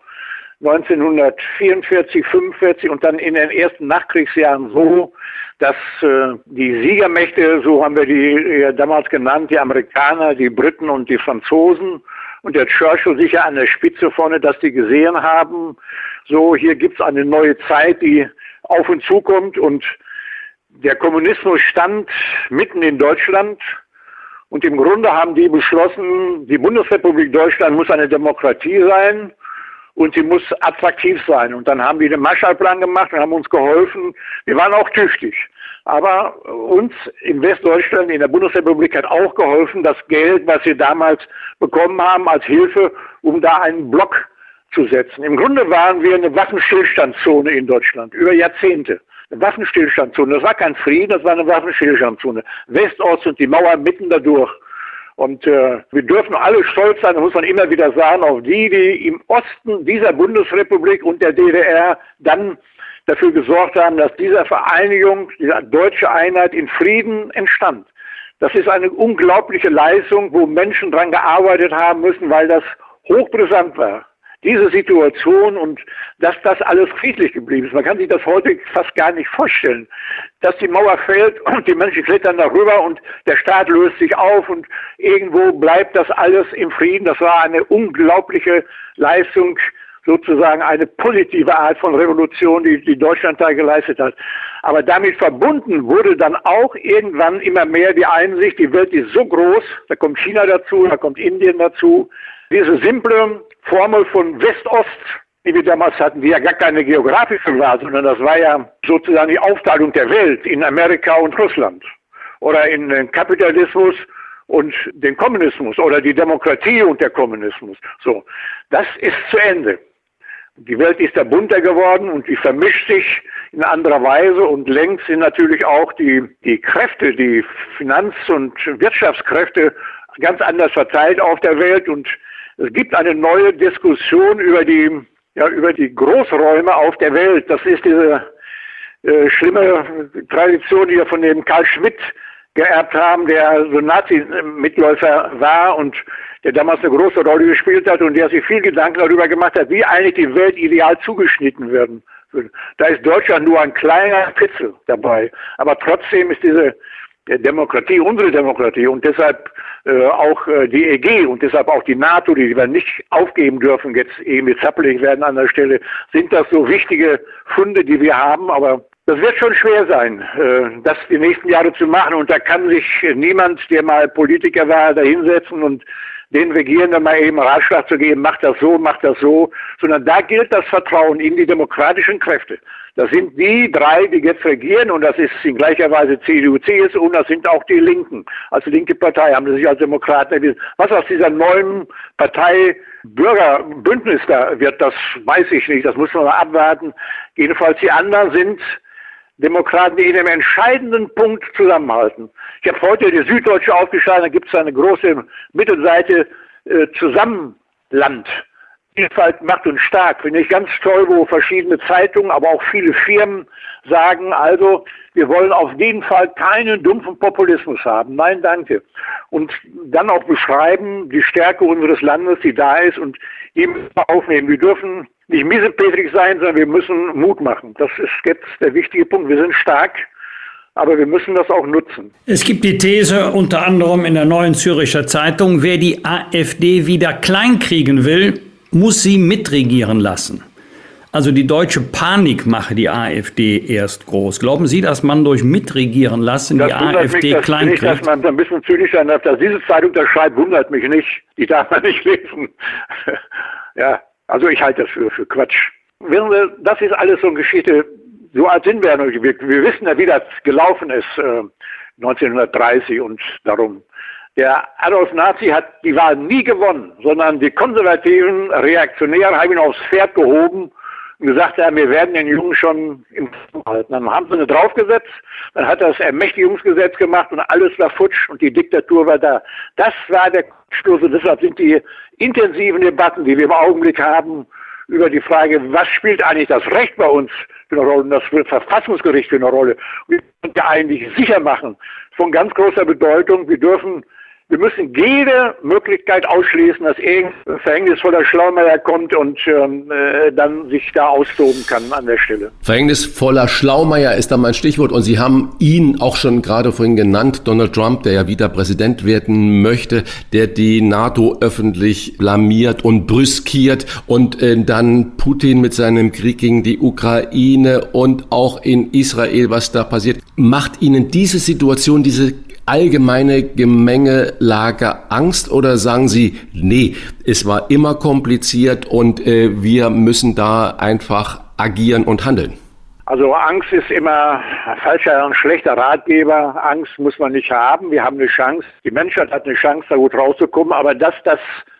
neunzehnhundertvierundvierzig, fünfundvierzig und dann in den ersten Nachkriegsjahren so, dass äh, die Siegermächte, so haben wir die ja damals genannt, die Amerikaner, die Briten und die Franzosen und der Churchill sicher an der Spitze vorne, dass die gesehen haben, so hier gibt's eine neue Zeit, die auf uns zukommt, und der Kommunismus stand mitten in Deutschland. Und im Grunde haben die beschlossen, die Bundesrepublik Deutschland muss eine Demokratie sein und sie muss attraktiv sein. Und dann haben die den Marshallplan gemacht und haben uns geholfen. Wir waren auch tüchtig. Aber uns in Westdeutschland, in der Bundesrepublik, hat auch geholfen, das Geld, was wir damals bekommen haben, als Hilfe, um da einen Block zu setzen. Im Grunde waren wir eine Waffenstillstandszone in Deutschland, über Jahrzehnte. Eine Waffenstillstandszone. Das war kein Frieden, das war eine Waffenstillstandszone. West-Ost und die Mauer mitten dadurch. Und äh, wir dürfen alle stolz sein, da muss man immer wieder sagen, auf die, die im Osten dieser Bundesrepublik und der D D R dann dafür gesorgt haben, dass diese Vereinigung, diese deutsche Einheit in Frieden entstand. Das ist eine unglaubliche Leistung, wo Menschen dran gearbeitet haben müssen, weil das hochbrisant war. Diese Situation und dass das alles friedlich geblieben ist. Man kann sich das heute fast gar nicht vorstellen, dass die Mauer fällt und die Menschen klettern darüber und der Staat löst sich auf und irgendwo bleibt das alles im Frieden. Das war eine unglaubliche Leistung, sozusagen eine positive Art von Revolution, die, die Deutschland da geleistet hat. Aber damit verbunden wurde dann auch irgendwann immer mehr die Einsicht, die Welt ist so groß, da kommt China dazu, da kommt Indien dazu. Diese simple Formel von West-Ost, die wir damals hatten, die ja gar keine geografische war, sondern das war ja sozusagen die Aufteilung der Welt in Amerika und Russland oder in den Kapitalismus und den Kommunismus oder die Demokratie und der Kommunismus. So, das ist zu Ende. Die Welt ist da bunter geworden und die vermischt sich in anderer Weise, und längst sind natürlich auch die, die Kräfte, die Finanz- und Wirtschaftskräfte ganz anders verteilt auf der Welt, und es gibt eine neue Diskussion über die, ja, über die Großräume auf der Welt. Das ist diese äh, schlimme Tradition, die wir von dem Karl Schmidt geerbt haben, der so Nazi-Mitläufer war und der damals eine große Rolle gespielt hat und der sich viel Gedanken darüber gemacht hat, wie eigentlich die Welt ideal zugeschnitten werden würde. Da ist Deutschland nur ein kleiner Pitzel dabei. Aber trotzdem ist diese Demokratie unsere Demokratie und deshalb äh, auch äh, die E G und deshalb auch die NATO, die wir nicht aufgeben dürfen, jetzt irgendwie zappelig werden an der Stelle, sind das so wichtige Funde, die wir haben. Aber das wird schon schwer sein, äh, das die nächsten Jahre zu machen. Und da kann sich niemand, der mal Politiker war, da hinsetzen und den Regierenden mal eben Ratschlag zu geben, macht das so, macht das so, sondern da gilt das Vertrauen in die demokratischen Kräfte. Das sind die drei, die jetzt regieren, und das ist in gleicher Weise C D U, C S U, und das sind auch die Linken. Als linke Partei haben sie sich als Demokraten erwiesen. Was aus dieser neuen Partei Bürgerbündnis da wird, das weiß ich nicht, das muss man mal abwarten. Jedenfalls die anderen sind Demokraten, die in einem entscheidenden Punkt zusammenhalten. Ich habe heute die Süddeutsche aufgeschlagen, da gibt es eine große Mittelseite äh, Zusammenland. Vielfalt macht uns stark. Finde ich ganz toll, wo verschiedene Zeitungen, aber auch viele Firmen sagen, also wir wollen auf jeden Fall keinen dumpfen Populismus haben. Nein, danke. Und dann auch beschreiben die Stärke unseres Landes, die da ist, und die müssen wir aufnehmen. Wir dürfen nicht miesepetrig sein, sondern wir müssen Mut machen. Das ist jetzt der wichtige Punkt. Wir sind stark, aber wir müssen das auch nutzen. Es gibt die These unter anderem in der Neuen Zürcher Zeitung, wer die AfD wieder kleinkriegen will, muss sie mitregieren lassen. Also die deutsche Panik mache die AfD erst groß. Glauben Sie, dass man durch Mitregieren lassen das die AfD mich, klein kriegt? Dass man ein bisschen zynisch sein darf, dass diese Zeitung das schreibt, wundert mich nicht. Die darf man nicht lesen. Ja, also ich halte das für, für Quatsch. Wissen Sie, das ist alles so eine Geschichte. So alt sind wir noch. Wir, wir wissen ja, wie das gelaufen ist äh, neunzehnhundertdreißig und darum. Der Adolf Nazi hat die Wahl nie gewonnen, sondern die konservativen Reaktionäre haben ihn aufs Pferd gehoben und gesagt, ja, wir werden den Jungen schon im Griff halten. Dann haben sie eine draufgesetzt, dann hat er das Ermächtigungsgesetz gemacht und alles war futsch und die Diktatur war da. Das war der Stoß und deshalb sind die intensiven Debatten, die wir im Augenblick haben, über die Frage, was spielt eigentlich das Recht bei uns für eine Rolle und das Verfassungsgericht für eine Rolle. Wir können ja eigentlich sicher machen, von ganz großer Bedeutung. Wir dürfen, wir müssen jede Möglichkeit ausschließen, dass irgendein verhängnisvoller Schlaumeier kommt und ähm, äh, dann sich da austoben kann an der Stelle. Verhängnisvoller Schlaumeier ist da mein Stichwort und Sie haben ihn auch schon gerade vorhin genannt, Donald Trump, der ja wieder Präsident werden möchte, der die NATO öffentlich blamiert und brüskiert und äh, dann Putin mit seinem Krieg gegen die Ukraine und auch in Israel, was da passiert. Macht Ihnen diese Situation, diese allgemeine Gemengelage Angst oder sagen Sie, nee, es war immer kompliziert und äh, wir müssen da einfach agieren und handeln? Also Angst ist immer ein falscher und schlechter Ratgeber. Angst muss man nicht haben. Wir haben eine Chance. Die Menschheit hat eine Chance, da gut rauszukommen. Aber dass das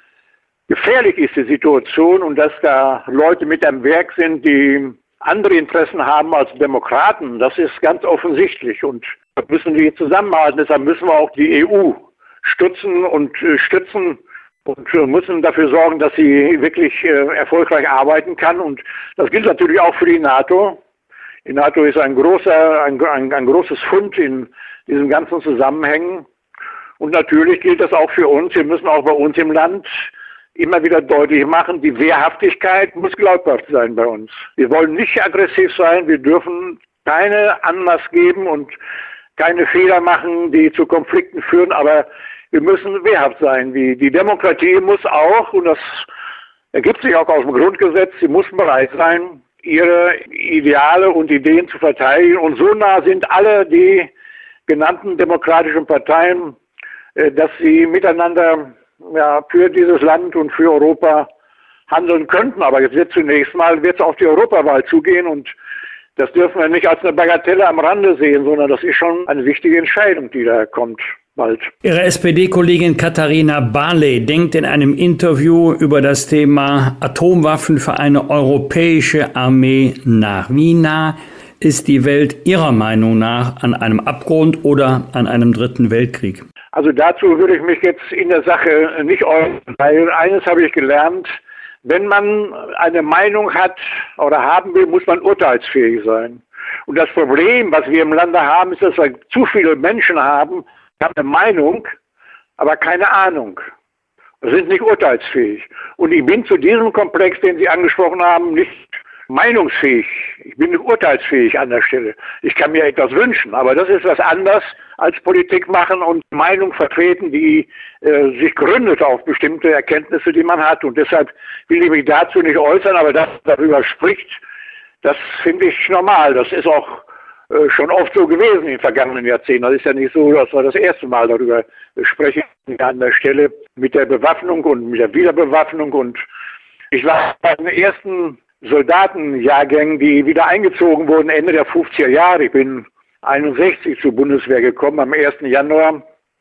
gefährlich ist, die Situation, und dass da Leute mit am Werk sind, die andere Interessen haben als Demokraten, das ist ganz offensichtlich. Und da müssen wir zusammenhalten. Deshalb müssen wir auch die E U stützen und äh, stützen und äh, müssen dafür sorgen, dass sie wirklich äh, erfolgreich arbeiten kann. Und das gilt natürlich auch für die NATO. Die NATO ist ein großer, ein, ein, ein großes Fund in diesem ganzen Zusammenhängen. Und natürlich gilt das auch für uns. Wir müssen auch bei uns im Land immer wieder deutlich machen, die Wehrhaftigkeit muss glaubhaft sein bei uns. Wir wollen nicht aggressiv sein, wir dürfen keine Anlass geben und keine Fehler machen, die zu Konflikten führen, aber wir müssen wehrhaft sein. Die, die Demokratie muss auch, und das ergibt sich auch aus dem Grundgesetz, sie muss bereit sein, ihre Ideale und Ideen zu verteidigen. Und so nah sind alle die genannten demokratischen Parteien, dass sie miteinander ja, für dieses Land und für Europa handeln könnten. Aber jetzt wird zunächst mal wird's auf die Europawahl zugehen und das dürfen wir nicht als eine Bagatelle am Rande sehen, sondern das ist schon eine wichtige Entscheidung, die da kommt bald. Ihre S P D-Kollegin Katharina Barley denkt in einem Interview über das Thema Atomwaffen für eine europäische Armee nach. Wie nah ist die Welt Ihrer Meinung nach an einem Abgrund oder an einem dritten Weltkrieg? Also dazu würde ich mich jetzt in der Sache nicht äußern, weil eines habe ich gelernt: Wenn man eine Meinung hat oder haben will, muss man urteilsfähig sein. Und das Problem, was wir im Lande haben, ist, dass wir zu viele Menschen haben, die haben eine Meinung, aber keine Ahnung. Sie sind nicht urteilsfähig. Und ich bin zu diesem Komplex, den Sie angesprochen haben, nicht meinungsfähig. Ich bin nicht urteilsfähig an der Stelle. Ich kann mir etwas wünschen, aber das ist was anderes als Politik machen und Meinung vertreten, die äh, sich gründet auf bestimmte Erkenntnisse, die man hat. Und deshalb will ich mich dazu nicht äußern, aber dass darüber spricht, das finde ich normal. Das ist auch äh, schon oft so gewesen in den vergangenen Jahrzehnten. Das ist ja nicht so, dass wir das erste Mal darüber sprechen an der Stelle mit der Bewaffnung und mit der Wiederbewaffnung. Und ich war bei den ersten Soldatenjahrgängen, die wieder eingezogen wurden Ende der fünfziger Jahre. Ich bin einundsechzig zur Bundeswehr gekommen am ersten Januar.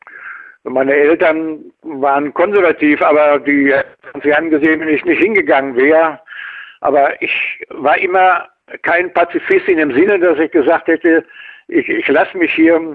Meine Eltern waren konservativ, aber die, sie haben gesehen, wenn ich nicht hingegangen wäre. Aber ich war immer kein Pazifist in dem Sinne, dass ich gesagt hätte, ich, ich lasse mich hier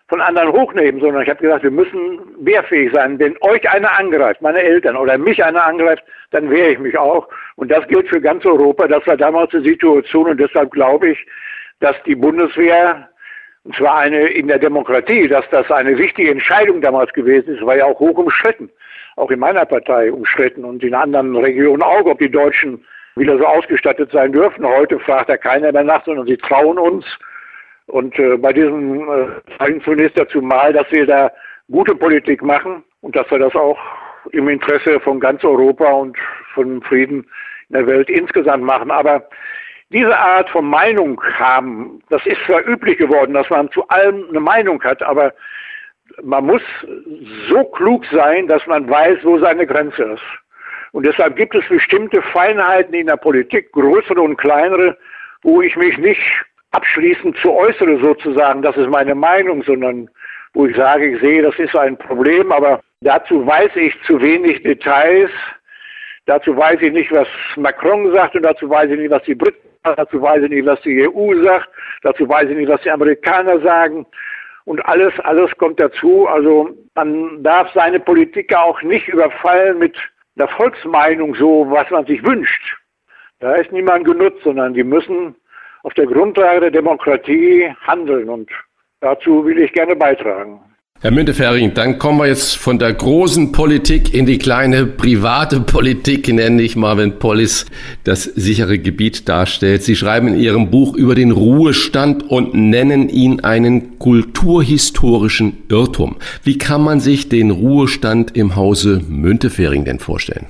von anderen hochnehmen, sondern ich habe gesagt, wir müssen wehrfähig sein. Wenn euch einer angreift, meine Eltern oder mich einer angreift, dann wehre ich mich auch. Und das gilt für ganz Europa. Das war damals die Situation und deshalb glaube ich, dass die Bundeswehr, und zwar eine in der Demokratie, dass das eine wichtige Entscheidung damals gewesen ist, war ja auch hoch umstritten. Auch in meiner Partei umstritten und in anderen Regionen auch, ob die Deutschen wieder so ausgestattet sein dürfen. Heute fragt da keiner mehr nach, sondern sie trauen uns. Und äh, bei diesem äh, zeigen zunächst dazu mal, dass wir da gute Politik machen und dass wir das auch im Interesse von ganz Europa und von Frieden in der Welt insgesamt machen. Aber diese Art von Meinung haben, das ist zwar üblich geworden, dass man zu allem eine Meinung hat, aber man muss so klug sein, dass man weiß, wo seine Grenze ist. Und deshalb gibt es bestimmte Feinheiten in der Politik, größere und kleinere, wo ich mich nicht abschließend zu äußere sozusagen, das ist meine Meinung, sondern wo ich sage, ich sehe, das ist ein Problem, aber dazu weiß ich zu wenig Details, dazu weiß ich nicht, was Macron sagt und dazu weiß ich nicht, was die Briten sagen, dazu weiß ich nicht, was die E U sagt, dazu weiß ich nicht, was die Amerikaner sagen und alles, alles kommt dazu. Also man darf seine Politiker auch nicht überfallen mit der Volksmeinung, so was man sich wünscht. Da ist niemand genutzt, sondern die müssen auf der Grundlage der Demokratie handeln und dazu will ich gerne beitragen. Herr Müntefering, dann kommen wir jetzt von der großen Politik in die kleine private Politik, nenne ich mal, wenn Polis das sichere Gebiet darstellt. Sie schreiben in Ihrem Buch über den Ruhestand und nennen ihn einen kulturhistorischen Irrtum. Wie kann man sich den Ruhestand im Hause Müntefering denn vorstellen?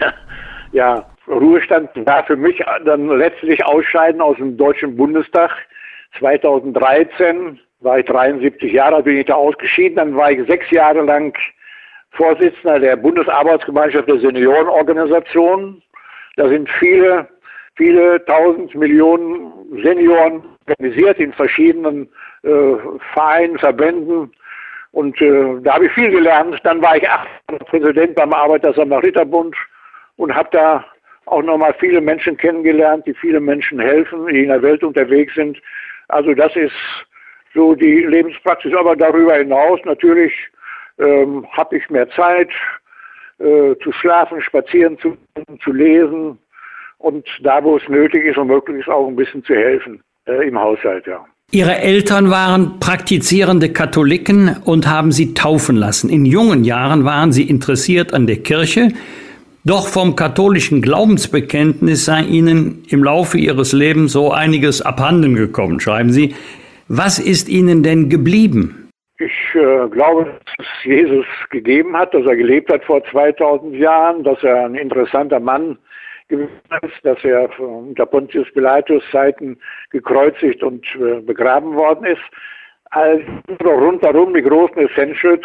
Ja, Ruhestand war für mich dann letztlich Ausscheiden aus dem Deutschen Bundestag. zweitausenddreizehn war ich dreiundsiebzig Jahre, bin ich da ausgeschieden. Dann war ich sechs Jahre lang Vorsitzender der Bundesarbeitsgemeinschaft der Seniorenorganisation. Da sind viele, viele tausend Millionen Senioren organisiert in verschiedenen äh, Vereinen, Verbänden. Und äh, da habe ich viel gelernt. Dann war ich acht Jahre Präsident beim Arbeiter-Samariter-Bund und habe da auch nochmal viele Menschen kennengelernt, die viele Menschen helfen, die in der Welt unterwegs sind. Also das ist so die Lebenspraxis. Aber darüber hinaus natürlich ähm, habe ich mehr Zeit äh, zu schlafen, spazieren zu, zu lesen und da, wo es nötig ist und möglich ist, auch ein bisschen zu helfen äh, im Haushalt, ja. Ihre Eltern waren praktizierende Katholiken und haben Sie taufen lassen. In jungen Jahren waren Sie interessiert an der Kirche. Doch vom katholischen Glaubensbekenntnis sei Ihnen im Laufe Ihres Lebens so einiges abhanden gekommen, schreiben Sie. Was ist Ihnen denn geblieben? Ich äh, glaube, dass es Jesus gegeben hat, dass er gelebt hat vor zweitausend Jahren, dass er ein interessanter Mann gewesen ist, dass er unter Pontius Pilatus Zeiten gekreuzigt und äh, begraben worden ist. Also rundherum die großen Essentials,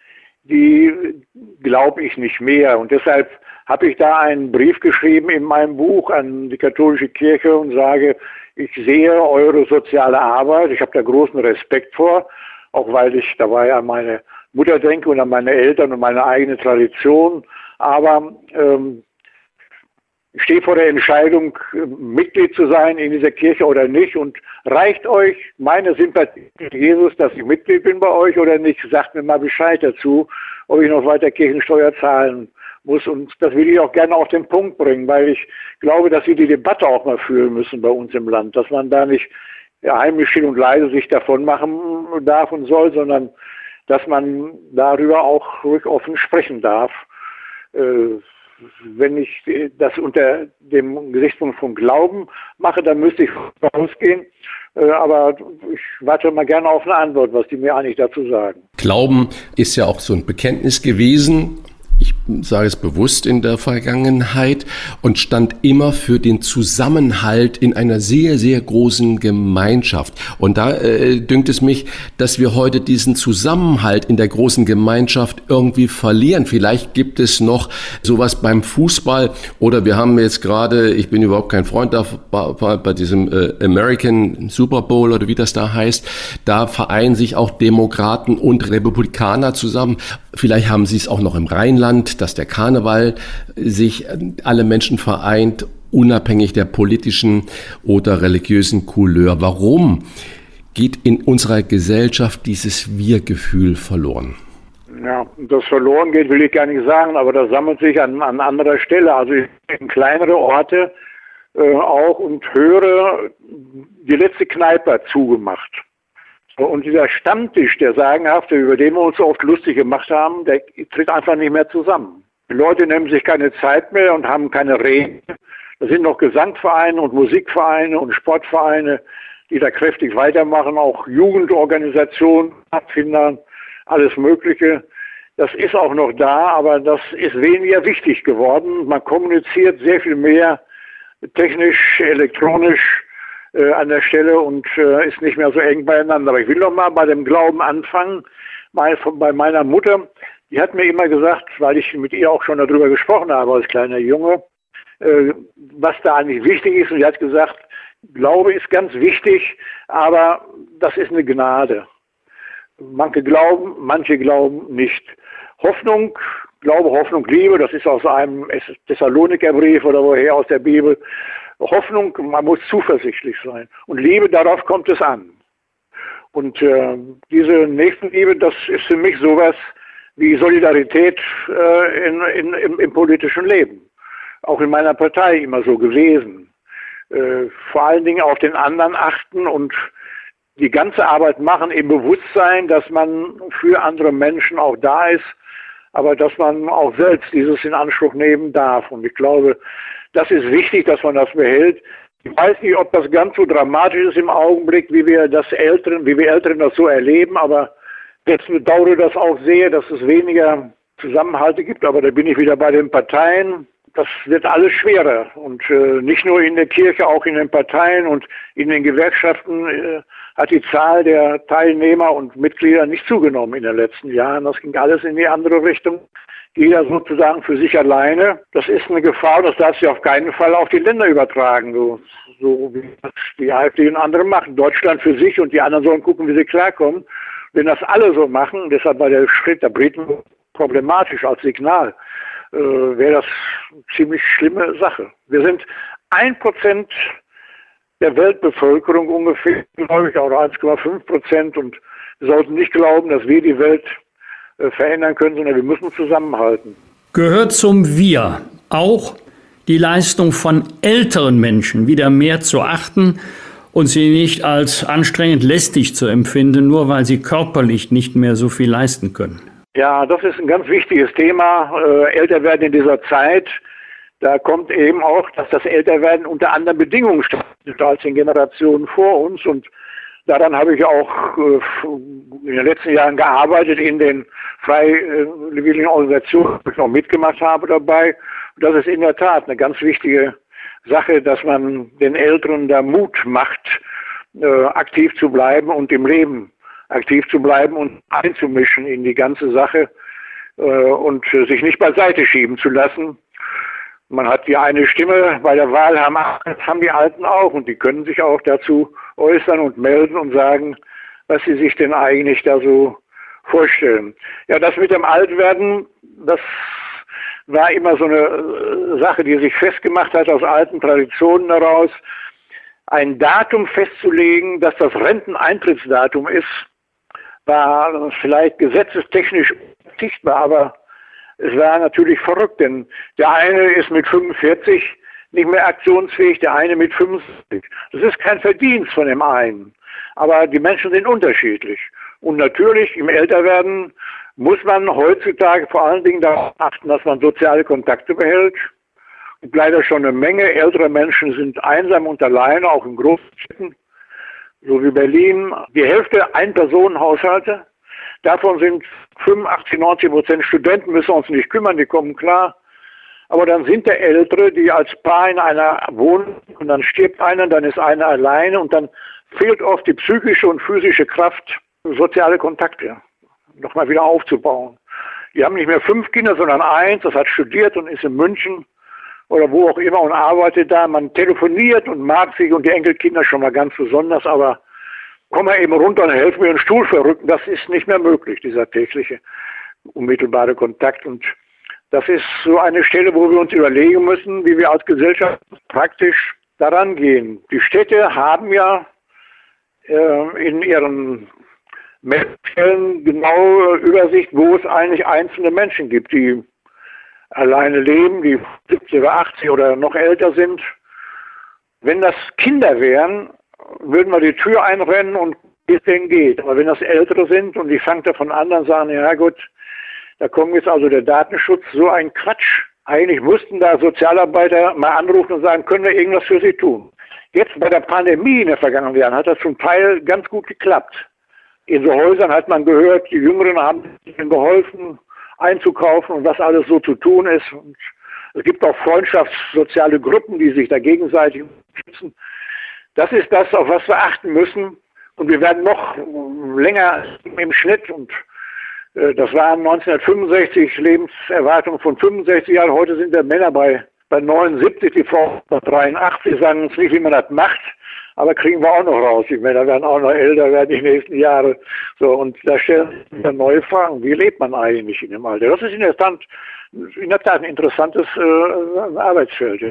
die glaube ich nicht mehr. Und deshalb habe ich da einen Brief geschrieben in meinem Buch an die katholische Kirche und sage, ich sehe eure soziale Arbeit, ich habe da großen Respekt vor, auch weil ich dabei an meine Mutter denke und an meine Eltern und meine eigene Tradition, aber ähm, ich stehe vor der Entscheidung, Mitglied zu sein in dieser Kirche oder nicht und reicht euch meine Sympathie mit Jesus, dass ich Mitglied bin bei euch oder nicht, sagt mir mal Bescheid dazu, ob ich noch weiter Kirchensteuer zahlen muss und das will ich auch gerne auf den Punkt bringen, weil ich glaube, dass wir die Debatte auch mal führen müssen bei uns im Land, dass man da nicht ja, heimlich still und leise sich davon machen darf und soll, sondern dass man darüber auch ruhig offen sprechen darf. Äh, wenn ich das unter dem Gesichtspunkt von Glauben mache, dann müsste ich rausgehen. Äh, aber ich warte mal gerne auf eine Antwort, was die mir eigentlich dazu sagen. Glauben ist ja auch so ein Bekenntnis gewesen. Ich sage es bewusst in der Vergangenheit und stand immer für den Zusammenhalt in einer sehr, sehr großen Gemeinschaft. Und da äh, dünkt es mich, dass wir heute diesen Zusammenhalt in der großen Gemeinschaft irgendwie verlieren. Vielleicht gibt es noch sowas beim Fußball oder wir haben jetzt gerade, ich bin überhaupt kein Freund da, bei, bei diesem äh, American Super Bowl oder wie das da heißt, da vereinen sich auch Demokraten und Republikaner zusammen. Vielleicht haben sie es auch noch im Rheinland, dass der Karneval sich alle Menschen vereint, unabhängig der politischen oder religiösen Couleur. Warum geht in unserer Gesellschaft dieses Wir-Gefühl verloren? Ja, das verloren geht, will ich gar nicht sagen, aber das sammelt sich an, an anderer Stelle. Also in kleinere Orte äh, auch und höre, die letzte Kneipe hat zugemacht. Und dieser Stammtisch, der sagenhafte, über den wir uns so oft lustig gemacht haben, der tritt einfach nicht mehr zusammen. Die Leute nehmen sich keine Zeit mehr und haben keine Reden. Da sind noch Gesangvereine und Musikvereine und Sportvereine, die da kräftig weitermachen, auch Jugendorganisationen, Pfadfindern, alles Mögliche. Das ist auch noch da, aber das ist weniger wichtig geworden. Man kommuniziert sehr viel mehr technisch, elektronisch äh, an der Stelle und äh, ist nicht mehr so eng beieinander. Aber ich will noch mal bei dem Glauben anfangen. Mal von, bei meiner Mutter, die hat mir immer gesagt, weil ich mit ihr auch schon darüber gesprochen habe als kleiner Junge, äh, was da eigentlich wichtig ist. Und sie hat gesagt, Glaube ist ganz wichtig, aber das ist eine Gnade. Manche glauben, manche glauben nicht. Hoffnung, Glaube, Hoffnung, Liebe, das ist aus einem Thessalonikerbrief oder woher aus der Bibel. Hoffnung, man muss zuversichtlich sein. Und Liebe, darauf kommt es an. Und äh, diese Nächstenliebe, das ist für mich sowas wie Solidarität äh, in, in, im, im politischen Leben. Auch in meiner Partei immer so gewesen. Äh, vor allen Dingen auf den anderen achten und die ganze Arbeit machen im Bewusstsein, dass man für andere Menschen auch da ist, aber dass man auch selbst dieses in Anspruch nehmen darf. Und ich glaube, das ist wichtig, dass man das behält. Ich weiß nicht, ob das ganz so dramatisch ist im Augenblick, wie wir das Älteren, wie wir Älteren das so erleben, aber jetzt bedauere das auch sehr, dass es weniger Zusammenhalte gibt. Aber da bin ich wieder bei den Parteien. Das wird alles schwerer und äh, nicht nur in der Kirche, auch in den Parteien und in den Gewerkschaften äh, hat die Zahl der Teilnehmer und Mitglieder nicht zugenommen in den letzten Jahren. Das ging alles in die andere Richtung. Jeder sozusagen für sich alleine. Das ist eine Gefahr, das darf sich auf keinen Fall auf die Länder übertragen, so, so wie das die AfD und andere machen. Deutschland für sich und die anderen sollen gucken, wie sie klarkommen. Wenn das alle so machen, deshalb war der Schritt der Briten problematisch als Signal, äh, wäre das eine ziemlich schlimme Sache. Wir sind ein Prozent der Weltbevölkerung ungefähr, glaube ich, oder eins Komma fünf Prozent und wir sollten nicht glauben, dass wir die Welt äh, verändern können, sondern wir müssen zusammenhalten. Gehört zum Wir auch die Leistung von älteren Menschen wieder mehr zu achten und sie nicht als anstrengend lästig zu empfinden, nur weil sie körperlich nicht mehr so viel leisten können? Ja, das ist ein ganz wichtiges Thema. Äh, älter werden in dieser Zeit. Da kommt eben auch, dass das Älterwerden unter anderen Bedingungen stattfindet als in Generationen vor uns. Und daran habe ich auch äh, in den letzten Jahren gearbeitet in den freiwilligen Organisationen, wo ich noch mitgemacht habe dabei. Und das ist in der Tat eine ganz wichtige Sache, dass man den Älteren da Mut macht, äh, aktiv zu bleiben und im Leben aktiv zu bleiben und einzumischen in die ganze Sache äh, und äh, sich nicht beiseite schieben zu lassen. Man hat die eine Stimme bei der Wahl, haben, haben die Alten auch und die können sich auch dazu äußern und melden und sagen, was sie sich denn eigentlich da so vorstellen. Ja, das mit dem Altwerden, das war immer so eine Sache, die sich festgemacht hat aus alten Traditionen heraus. Ein Datum festzulegen, dass das Renteneintrittsdatum ist, war vielleicht gesetzestechnisch unverzichtbar, aber es war natürlich verrückt, denn der eine ist mit fünfundvierzig nicht mehr aktionsfähig, der eine mit fünfundsiebzig. Das ist kein Verdienst von dem einen, aber die Menschen sind unterschiedlich. Und natürlich im Älterwerden muss man heutzutage vor allen Dingen darauf achten, dass man soziale Kontakte behält. Und leider schon eine Menge älterer Menschen sind einsam und alleine, auch in Großstädten, so wie Berlin. Die Hälfte Ein-Personen-Haushalte. Davon sind fünfundachtzig, neunzig Prozent Studenten, müssen uns nicht kümmern, die kommen klar. Aber dann sind da Ältere, die als Paar in einer wohnen und dann stirbt einer, dann ist einer alleine und dann fehlt oft die psychische und physische Kraft, soziale Kontakte nochmal wieder aufzubauen. Die haben nicht mehr fünf Kinder, sondern eins, das hat studiert und ist in München oder wo auch immer und arbeitet da. Man telefoniert und mag sich und die Enkelkinder schon mal ganz besonders, aber komm mal eben runter und helf mir einen Stuhl verrücken. Das ist nicht mehr möglich, dieser tägliche unmittelbare Kontakt. Und das ist so eine Stelle, wo wir uns überlegen müssen, wie wir als Gesellschaft praktisch daran gehen. Die Städte haben ja äh, in ihren Meldestellen genau Übersicht, wo es eigentlich einzelne Menschen gibt, die alleine leben, die siebzig oder achtzig oder noch älter sind. Wenn das Kinder wären, würden wir die Tür einrennen und wie es denen geht. Aber wenn das Ältere sind und die fangen davon an, dann sagen, ja gut, da kommt jetzt also der Datenschutz, so ein Quatsch. Eigentlich mussten da Sozialarbeiter mal anrufen und sagen, können wir irgendwas für sie tun. Jetzt bei der Pandemie in den vergangenen Jahren hat das zum Teil ganz gut geklappt. In so Häusern hat man gehört, die Jüngeren haben ihnen geholfen, einzukaufen und was alles so zu tun ist. Und es gibt auch freundschaftssoziale Gruppen, die sich da gegenseitig unterstützen. Das ist das, auf was wir achten müssen. Und wir werden noch länger im Schnitt. Und äh, das waren neunzehnhundertfünfundsechzig Lebenserwartung von fünfundsechzig Jahren. Heute sind wir Männer bei, bei neunundsiebzig, die Frauen bei dreiundachtzig. Sagen uns nicht, wie man das macht. Aber kriegen wir auch noch raus. Die Männer werden auch noch älter werden die nächsten Jahre. So, und da stellen sich wieder neue Fragen. Wie lebt man eigentlich in dem Alter? Das ist in der Tat, in der Tat ein interessantes äh, Arbeitsfeld.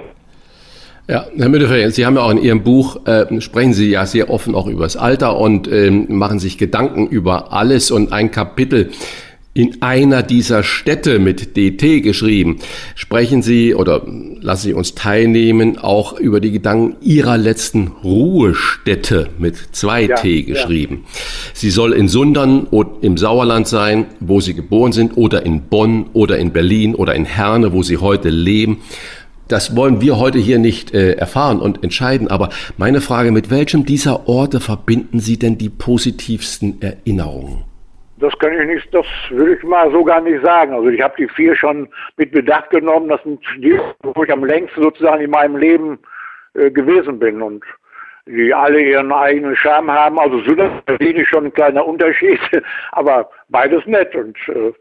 Ja, Herr Müntefering, Sie haben ja auch in Ihrem Buch, äh, sprechen Sie ja sehr offen auch über das Alter und ähm, machen sich Gedanken über alles. Und ein Kapitel in einer dieser Städte mit D T geschrieben, sprechen Sie oder lassen Sie uns teilnehmen auch über die Gedanken Ihrer letzten Ruhestätte mit zwei T ja, geschrieben. Ja. Sie soll in Sundern im Sauerland sein, wo Sie geboren sind, oder in Bonn oder in Berlin oder in Herne, wo Sie heute leben. Das wollen wir heute hier nicht äh, erfahren und entscheiden, aber meine Frage, mit welchem dieser Orte verbinden Sie denn die positivsten Erinnerungen? Das kann ich nicht, das würde ich mal so gar nicht sagen. Also ich habe die vier schon mit Bedacht genommen. Das sind die, wo ich am längsten sozusagen in meinem Leben äh, gewesen bin und die alle ihren eigenen Charme haben. Also so das ist schon ein kleiner Unterschied, aber beides nett. Und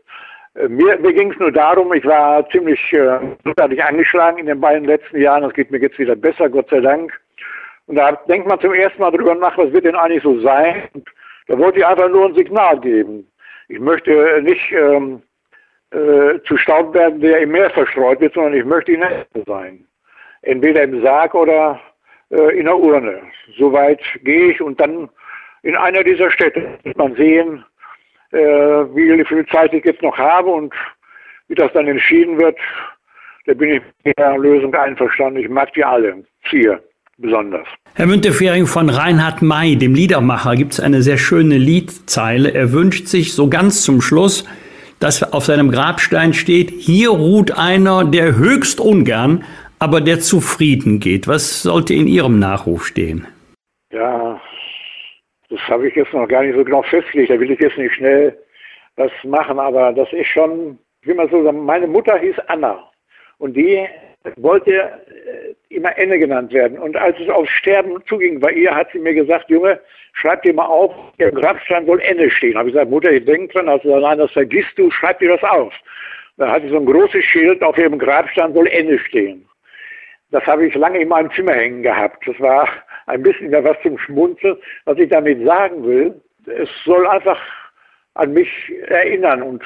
äh, mir, mir ging es nur darum, ich war ziemlich äh, angeschlagen in den beiden letzten Jahren. Das geht mir jetzt wieder besser, Gott sei Dank. Und da denkt man zum ersten Mal drüber nach, was wird denn eigentlich so sein? Und da wollte ich einfach nur ein Signal geben. Ich möchte nicht ähm, äh, zu Staub werden, der im Meer verstreut wird, sondern ich möchte in der Erde sein. Entweder im Sarg oder äh, in der Urne. Soweit gehe ich und dann in einer dieser Städte wird man sehen, äh, wie viel Zeit ich jetzt noch habe und wie das dann entschieden wird. Da bin ich mit der Lösung einverstanden. Ich mag die alle. Vier. Besonders. Herr Müntefering, von Reinhard May, dem Liedermacher, gibt es eine sehr schöne Liedzeile. Er wünscht sich so ganz zum Schluss, dass auf seinem Grabstein steht, hier ruht einer, der höchst ungern, aber der zufrieden geht. Was sollte in Ihrem Nachruf stehen? Ja, das habe ich jetzt noch gar nicht so genau festgelegt. Da will ich jetzt nicht schnell was machen, aber das ist schon, wie man so sagen, meine Mutter hieß Anna und die wollte immer Enne genannt werden. Und als es aufs Sterben zuging bei ihr, hat sie mir gesagt, Junge, schreib dir mal auf, im Grabstein soll Enne stehen. Habe ich gesagt, Mutter, ich denke dran. Also nein, das vergisst du, schreib dir das auf. Da hatte ich so ein großes Schild, auf ihrem Grabstein soll Enne stehen. Das habe ich lange in meinem Zimmer hängen gehabt. Das war ein bisschen was zum Schmunzeln. Was ich damit sagen will, es soll einfach an mich erinnern und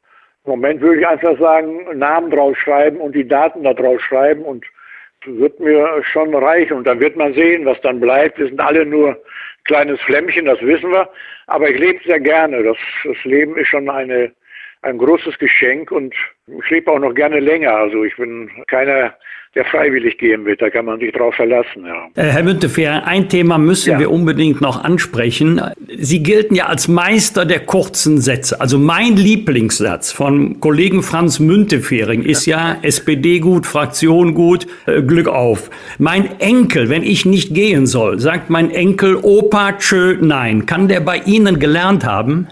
im Moment würde ich einfach sagen, Namen draufschreiben und die Daten da draufschreiben und wird mir schon reichen. Und dann wird man sehen, was dann bleibt. Wir sind alle nur kleines Flämmchen, das wissen wir. Aber ich lebe sehr gerne. Das, das Leben ist schon eine, ein großes Geschenk und ich lebe auch noch gerne länger. Also ich bin keiner, der freiwillig gehen wird. Da kann man sich drauf verlassen. Ja. Äh, Herr Müntefering, ein Thema müssen ja. wir unbedingt noch ansprechen. Sie gelten ja als Meister der kurzen Sätze. Also mein Lieblingssatz von Kollegen Franz Müntefering ist ja, S P D gut, Fraktion gut, äh, Glück auf. Mein Enkel, wenn ich nicht gehen soll, sagt mein Enkel, Opa, tschö, nein. Kann der bei Ihnen gelernt haben?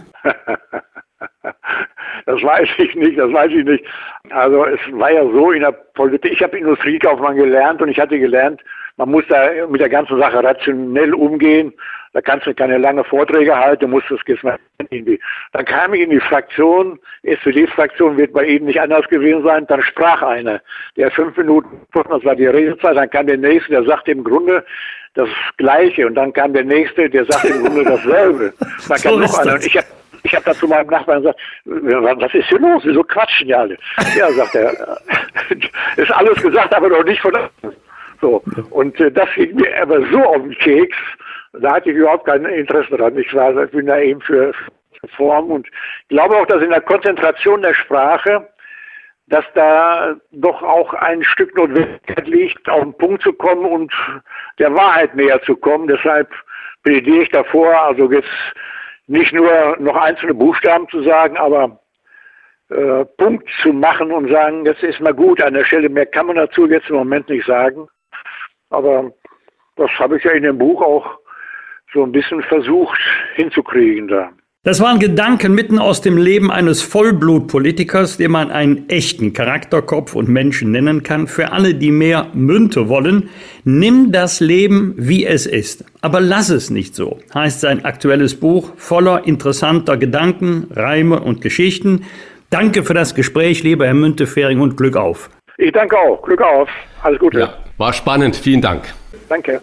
Das weiß ich nicht, das weiß ich nicht. Also es war ja so in der Politik, ich habe Industriekaufmann gelernt und ich hatte gelernt, man muss da mit der ganzen Sache rationell umgehen. Da kannst du keine lange Vorträge halten, du musst das irgendwie. Dann kam ich in die Fraktion, S P D-Fraktion wird bei Ihnen nicht anders gewesen sein, dann sprach einer, der fünf Minuten, das war die Redezeit, dann kam der Nächste, der sagte im Grunde das Gleiche und dann kam der Nächste, der sagte im Grunde dasselbe. Dann kam so noch einer und ich habe Ich habe dazu meinem Nachbarn gesagt, was ist hier los? Wieso quatschen die alle? Ja, sagt er, ist alles gesagt, aber noch nicht von uns. So. Und äh, das ging mir aber so auf den Keks, Da hatte ich überhaupt kein Interesse dran. Ich war, ich bin da eben für Form und glaube auch, dass in der Konzentration der Sprache, dass da doch auch ein Stück Notwendigkeit liegt, auf den Punkt zu kommen und der Wahrheit näher zu kommen. Deshalb plädiere ich davor, also jetzt nicht nur noch einzelne Buchstaben zu sagen, aber äh, Punkt zu machen und sagen, das ist mal gut an der Stelle. Mehr kann man dazu jetzt im Moment nicht sagen. Aber das habe ich ja in dem Buch auch so ein bisschen versucht hinzukriegen da. Das waren Gedanken mitten aus dem Leben eines Vollblutpolitikers, den man einen echten Charakterkopf und Menschen nennen kann. Für alle, die mehr Münte wollen, nimm das Leben, wie es ist. Aber lass es nicht so, heißt sein aktuelles Buch, voller interessanter Gedanken, Reime und Geschichten. Danke für das Gespräch, lieber Herr Müntefering, und Glück auf. Ich danke auch. Glück auf. Alles Gute. Ja, war spannend. Vielen Dank. Danke.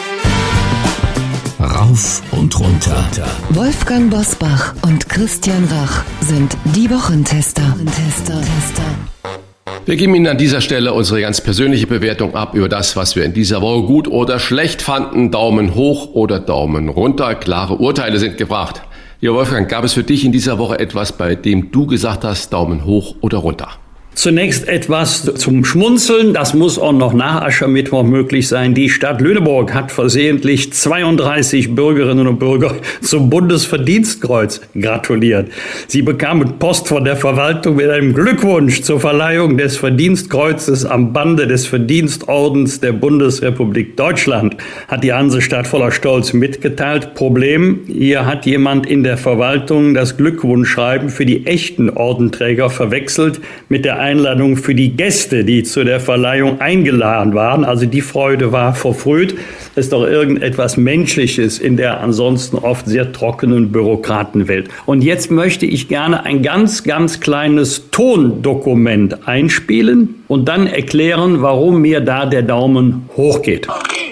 Rauf und runter. Wolfgang Bosbach und Christian Rach sind die Wochentester. Tester, Tester. Wir geben Ihnen an dieser Stelle unsere ganz persönliche Bewertung ab über das, was wir in dieser Woche gut oder schlecht fanden. Daumen hoch oder Daumen runter. Klare Urteile sind gefragt. Ja, Wolfgang, gab es für dich in dieser Woche etwas, bei dem du gesagt hast, Daumen hoch oder runter? Zunächst etwas zum Schmunzeln. Das muss auch noch nach Aschermittwoch möglich sein. Die Stadt Lüneburg hat versehentlich zweiunddreißig Bürgerinnen und Bürger zum Bundesverdienstkreuz gratuliert. Sie bekamen Post von der Verwaltung mit einem Glückwunsch zur Verleihung des Verdienstkreuzes am Bande des Verdienstordens der Bundesrepublik Deutschland, hat die Hansestadt voller Stolz mitgeteilt. Problem, hier hat jemand in der Verwaltung das Glückwunschschreiben für die echten Ordenträger verwechselt mit der Einladung für die Gäste, die zu der Verleihung eingeladen waren. Also die Freude war verfrüht. Das ist doch irgendetwas Menschliches in der ansonsten oft sehr trockenen Bürokratenwelt. Und jetzt möchte ich gerne ein ganz, ganz kleines Tondokument einspielen und dann erklären, warum mir da der Daumen hoch geht.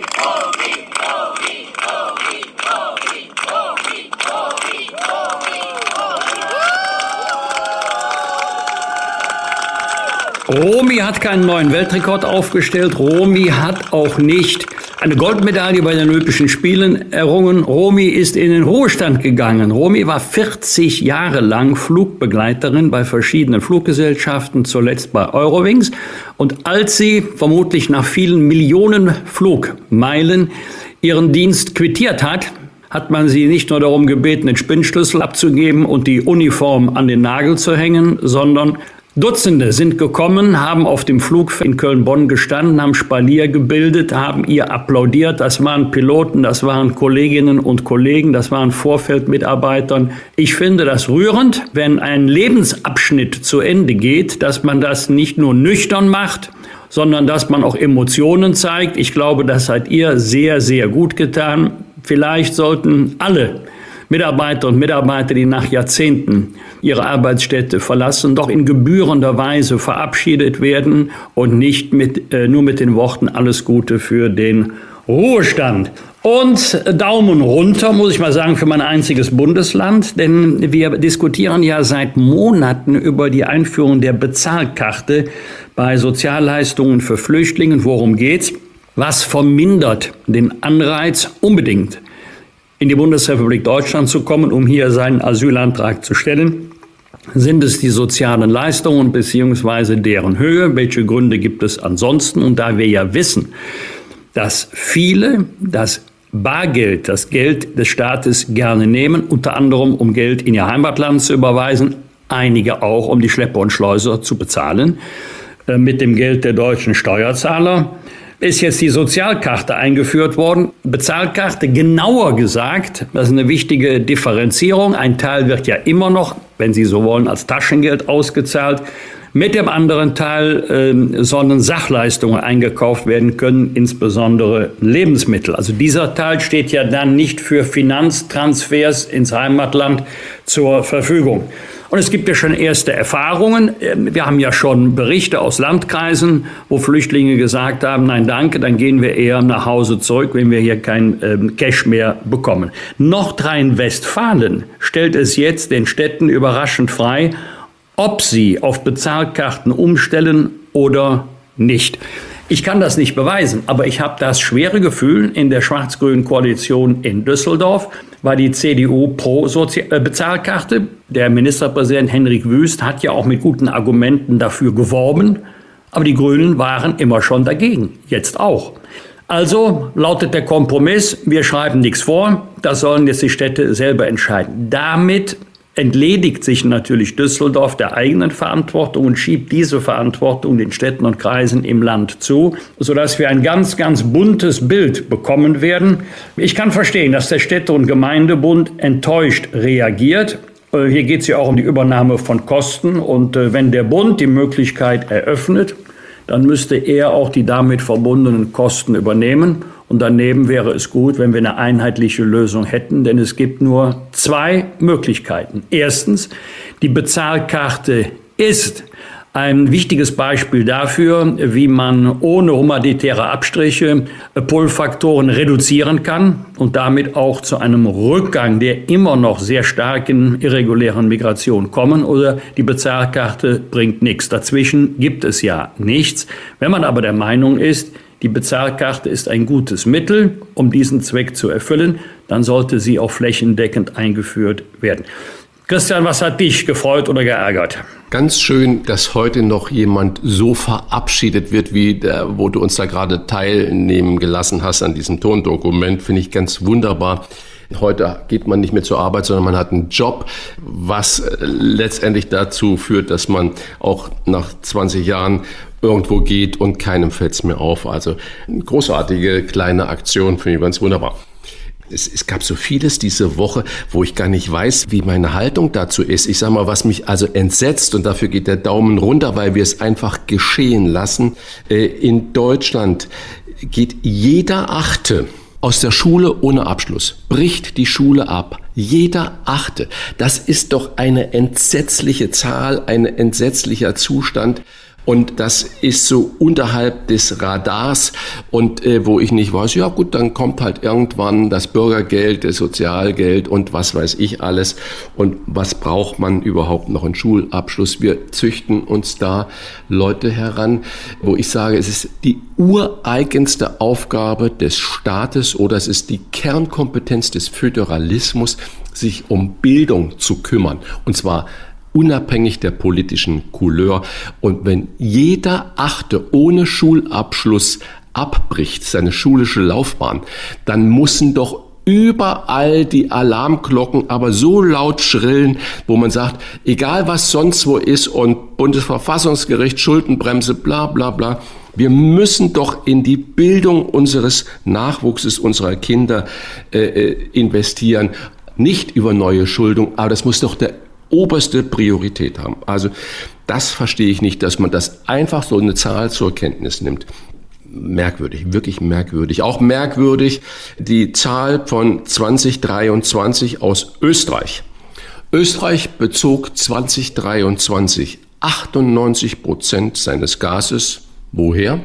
Romy hat keinen neuen Weltrekord aufgestellt. Romy hat auch nicht eine Goldmedaille bei den Olympischen Spielen errungen. Romy ist in den Ruhestand gegangen. Romy war vierzig Jahre lang Flugbegleiterin bei verschiedenen Fluggesellschaften, zuletzt bei Eurowings. Und als sie vermutlich nach vielen Millionen Flugmeilen ihren Dienst quittiert hat, hat man sie nicht nur darum gebeten, den Spinnschlüssel abzugeben und die Uniform an den Nagel zu hängen, sondern Dutzende sind gekommen, haben auf dem Flug in Köln-Bonn gestanden, haben Spalier gebildet, haben ihr applaudiert. Das waren Piloten, das waren Kolleginnen und Kollegen, das waren Vorfeldmitarbeitern. Ich finde das rührend, wenn ein Lebensabschnitt zu Ende geht, dass man das nicht nur nüchtern macht, sondern dass man auch Emotionen zeigt. Ich glaube, das hat ihr sehr, sehr gut getan. Vielleicht sollten alle Mitarbeiter und Mitarbeiter, die nach Jahrzehnten ihre Arbeitsstätte verlassen, doch in gebührender Weise verabschiedet werden und nicht mit, äh, nur mit den Worten alles Gute für den Ruhestand. Und Daumen runter, muss ich mal sagen, für mein einziges Bundesland, denn wir diskutieren ja seit Monaten über die Einführung der Bezahlkarte bei Sozialleistungen für Flüchtlinge. Worum geht's? Was vermindert den Anreiz, unbedingt in die Bundesrepublik Deutschland zu kommen, um hier seinen Asylantrag zu stellen? Sind es die sozialen Leistungen bzw. deren Höhe? Welche Gründe gibt es ansonsten? Und da wir ja wissen, dass viele das Bargeld, das Geld des Staates gerne nehmen, unter anderem um Geld in ihr Heimatland zu überweisen, einige auch, um die Schlepper und Schleuser zu bezahlen, äh, mit dem Geld der deutschen Steuerzahler, ist jetzt die Sozialkarte eingeführt worden. Bezahlkarte, genauer gesagt, das ist eine wichtige Differenzierung. Ein Teil wird ja immer noch, wenn Sie so wollen, als Taschengeld ausgezahlt. Mit dem anderen Teil äh, sollen Sachleistungen eingekauft werden können, insbesondere Lebensmittel. Also dieser Teil steht ja dann nicht für Finanztransfers ins Heimatland zur Verfügung. Und es gibt ja schon erste Erfahrungen. Wir haben ja schon Berichte aus Landkreisen, wo Flüchtlinge gesagt haben, nein, danke, dann gehen wir eher nach Hause zurück, wenn wir hier kein ähm, Cash mehr bekommen. Nordrhein-Westfalen stellt es jetzt den Städten überraschend frei, ob sie auf Bezahlkarten umstellen oder nicht. Ich kann das nicht beweisen, aber ich habe das schwere Gefühl, in der schwarz-grünen Koalition in Düsseldorf war die C D U pro Sozi- äh, Bezahlkarte. Der Ministerpräsident Henrik Wüst hat ja auch mit guten Argumenten dafür geworben, aber die Grünen waren immer schon dagegen, jetzt auch. Also lautet der Kompromiss, wir schreiben nichts vor, das sollen jetzt die Städte selber entscheiden. Damit entledigt sich natürlich Düsseldorf der eigenen Verantwortung und schiebt diese Verantwortung den Städten und Kreisen im Land zu, sodass wir ein ganz, ganz buntes Bild bekommen werden. Ich kann verstehen, dass der Städte- und Gemeindebund enttäuscht reagiert. Hier geht es ja auch um die Übernahme von Kosten. Und wenn der Bund die Möglichkeit eröffnet, dann müsste er auch die damit verbundenen Kosten übernehmen. Und daneben wäre es gut, wenn wir eine einheitliche Lösung hätten, denn es gibt nur zwei Möglichkeiten. Erstens, die Bezahlkarte ist ein wichtiges Beispiel dafür, wie man ohne humanitäre Abstriche Pull-Faktoren reduzieren kann und damit auch zu einem Rückgang der immer noch sehr starken irregulären Migration kommen. Oder die Bezahlkarte bringt nichts. Dazwischen gibt es ja nichts. Wenn man aber der Meinung ist, die Bezahlkarte ist ein gutes Mittel, um diesen Zweck zu erfüllen, dann sollte sie auch flächendeckend eingeführt werden. Christian, was hat dich gefreut oder geärgert? Ganz schön, dass heute noch jemand so verabschiedet wird, wie der, wo du uns da gerade teilnehmen gelassen hast an diesem Tondokument, finde ich ganz wunderbar. Heute geht man nicht mehr zur Arbeit, sondern man hat einen Job, was letztendlich dazu führt, dass man auch nach zwanzig Jahren irgendwo geht und keinem fällt es mehr auf. Also eine großartige kleine Aktion, finde ich ganz wunderbar. Es, es gab so vieles diese Woche, wo ich gar nicht weiß, wie meine Haltung dazu ist. Ich sage mal, was mich also entsetzt, und dafür geht der Daumen runter, weil wir es einfach geschehen lassen. Äh, in Deutschland geht jeder Achte aus der Schule ohne Abschluss, bricht die Schule ab. Jeder Achte. Das ist doch eine entsetzliche Zahl, ein entsetzlicher Zustand. Und das ist so unterhalb des Radars und äh, wo ich nicht weiß, ja gut, dann kommt halt irgendwann das Bürgergeld, das Sozialgeld und was weiß ich alles. Und was braucht man überhaupt noch einen Schulabschluss? Wir züchten uns da Leute heran, wo ich sage, es ist die ureigenste Aufgabe des Staates oder es ist die Kernkompetenz des Föderalismus, sich um Bildung zu kümmern. Und zwar unabhängig der politischen Couleur. Und wenn jeder Achte ohne Schulabschluss abbricht, seine schulische Laufbahn, dann müssen doch überall die Alarmglocken aber so laut schrillen, wo man sagt, egal was sonst wo ist und Bundesverfassungsgericht, Schuldenbremse, bla bla bla, wir müssen doch in die Bildung unseres Nachwuchses, unserer Kinder äh, investieren. Nicht über neue Schulden, aber das muss doch der oberste Priorität haben. Also das verstehe ich nicht, dass man das einfach so eine Zahl zur Kenntnis nimmt. Merkwürdig, wirklich merkwürdig. Auch merkwürdig die Zahl von zwanzig dreiundzwanzig aus Österreich. Österreich bezog zwanzig dreiundzwanzig achtundneunzig Prozent seines Gases. Woher?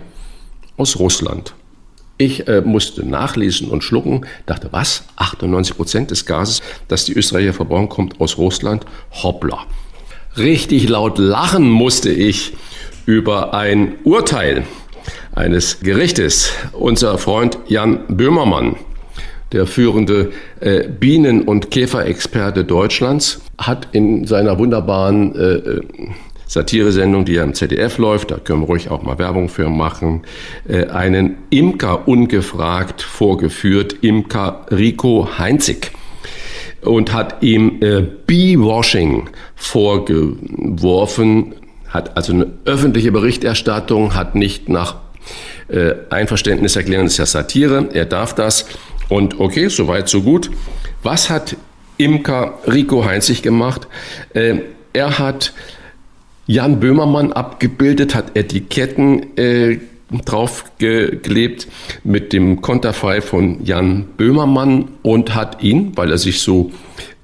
Aus Russland. Ich äh, musste nachlesen und schlucken, dachte, was? achtundneunzig Prozent des Gases, das die Österreicher verbrauchen, kommt aus Russland? Hoppla. Richtig laut lachen musste ich über ein Urteil eines Gerichtes. Unser Freund Jan Böhmermann, der führende äh, Bienen- und Käferexperte Deutschlands, hat in seiner wunderbaren äh, Satiresendung, die ja im Z D F läuft, da können wir ruhig auch mal Werbung für machen, einen Imker ungefragt vorgeführt, Imker Rico Heinzig, und hat ihm äh, Bee-Washing vorgeworfen, hat also eine öffentliche Berichterstattung, hat nicht nach äh, Einverständnis erklären, das ist ja Satire, er darf das und okay, soweit so gut. Was hat Imker Rico Heinzig gemacht? Äh, er hat Jan Böhmermann abgebildet, hat Etiketten äh, draufgeklebt mit dem Konterfei von Jan Böhmermann und hat ihn, weil er sich so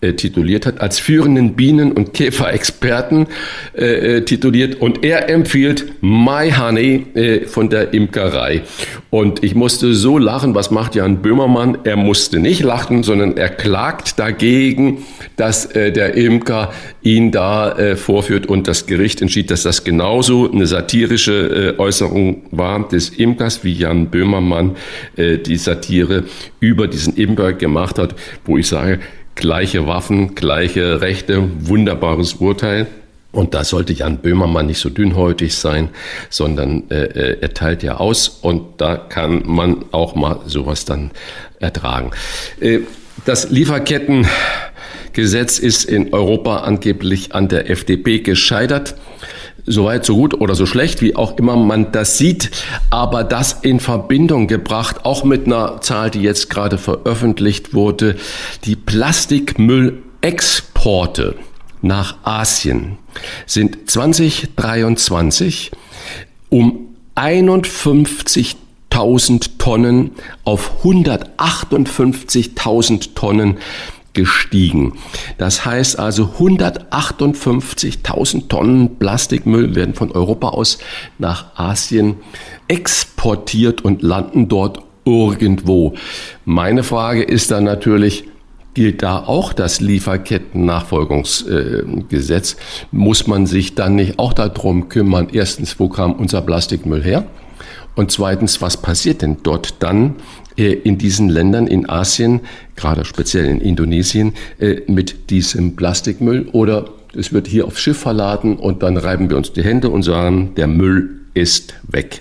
äh, tituliert hat, als führenden Bienen- und Käferexperten äh, tituliert. Und er empfiehlt My Honey äh, von der Imkerei. Und ich musste so lachen, was macht Jan Böhmermann? Er musste nicht lachen, sondern er klagt dagegen, dass äh, der Imker ihn da äh, vorführt. Und das Gericht entschied, dass das genauso eine satirische äh, Äußerung war des Imkers, wie Jan Böhmermann äh, die Satire über diesen Imker gemacht hat, wo ich sage, gleiche Waffen, gleiche Rechte, wunderbares Urteil. Und da sollte Jan Böhmermann nicht so dünnhäutig sein, sondern äh, er teilt ja aus und da kann man auch mal sowas dann ertragen. Äh, das Lieferkettengesetz ist in Europa angeblich an der F D P gescheitert. Soweit, so gut oder so schlecht, wie auch immer man das sieht, aber das in Verbindung gebracht, auch mit einer Zahl, die jetzt gerade veröffentlicht wurde, die Plastikmüllexporte nach Asien sind zwanzig dreiundzwanzig um einundfünfzigtausend Tonnen auf hundertachtundfünfzigtausend Tonnen gestiegen. Das heißt also hundertachtundfünfzigtausend Tonnen Plastikmüll werden von Europa aus nach Asien exportiert und landen dort irgendwo. Meine Frage ist dann natürlich, gilt da auch das Lieferketten-Nachfolgungsgesetz? Muss man sich dann nicht auch darum kümmern? Erstens, wo kam unser Plastikmüll her? Und zweitens, was passiert denn dort dann in diesen Ländern in Asien, gerade speziell in Indonesien, mit diesem Plastikmüll? Oder es wird hier aufs Schiff verladen und dann reiben wir uns die Hände und sagen, der Müll ist weg.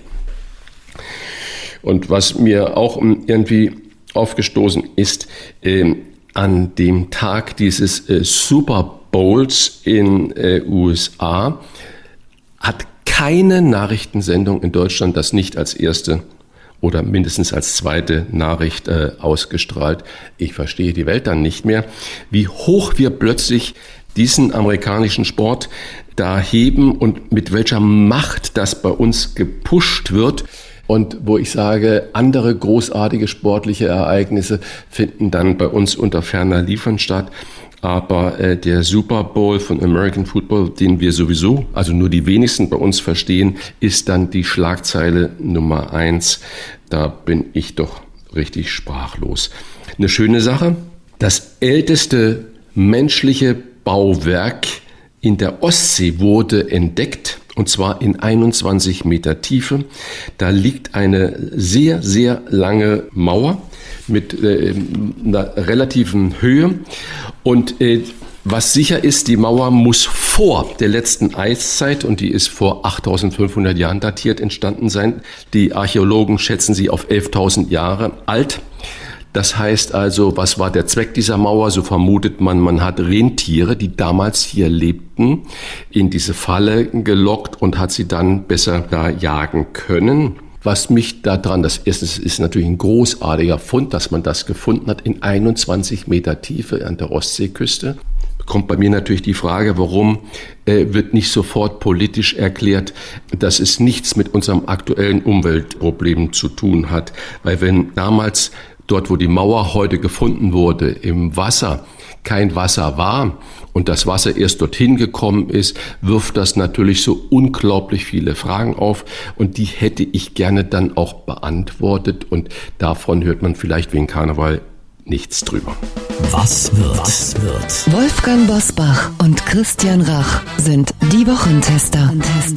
Und was mir auch irgendwie aufgestoßen ist, äh, an dem Tag dieses äh, Super Bowls in äh, U S A hat keine Nachrichtensendung in Deutschland das nicht als erste oder mindestens als zweite Nachricht äh, ausgestrahlt. Ich verstehe die Welt dann nicht mehr, wie hoch wir plötzlich diesen amerikanischen Sport da heben und mit welcher Macht das bei uns gepusht wird. Und wo ich sage, andere großartige sportliche Ereignisse finden dann bei uns unter ferner Liefen statt. Aber äh, der Super Bowl von American Football, den wir sowieso, also nur die wenigsten bei uns verstehen, ist dann die Schlagzeile Nummer eins. Da bin ich doch richtig sprachlos. Eine schöne Sache, das älteste menschliche Bauwerk in der Ostsee wurde entdeckt, und zwar in einundzwanzig Meter Tiefe. Da liegt eine sehr, sehr lange Mauer mit äh, einer relativen Höhe. Und äh, was sicher ist, die Mauer muss vor der letzten Eiszeit, und die ist vor achttausendfünfhundert Jahren datiert, entstanden sein. Die Archäologen schätzen sie auf elftausend Jahre alt. Das heißt also, was war der Zweck dieser Mauer? So vermutet man, man hat Rentiere, die damals hier lebten, in diese Falle gelockt und hat sie dann besser da jagen können. Was mich daran, das erste ist natürlich ein großartiger Fund, dass man das gefunden hat in einundzwanzig Meter Tiefe an der Ostseeküste. Kommt bei mir natürlich die Frage, warum äh, wird nicht sofort politisch erklärt, dass es nichts mit unserem aktuellen Umweltproblem zu tun hat. Weil wenn damals dort, wo die Mauer heute gefunden wurde, im Wasser kein Wasser war und das Wasser erst dorthin gekommen ist, wirft das natürlich so unglaublich viele Fragen auf und die hätte ich gerne dann auch beantwortet und davon hört man vielleicht wegen Karneval nichts drüber. Was wird? Was wird? Wolfgang Bosbach und Christian Rach sind die Wochentester.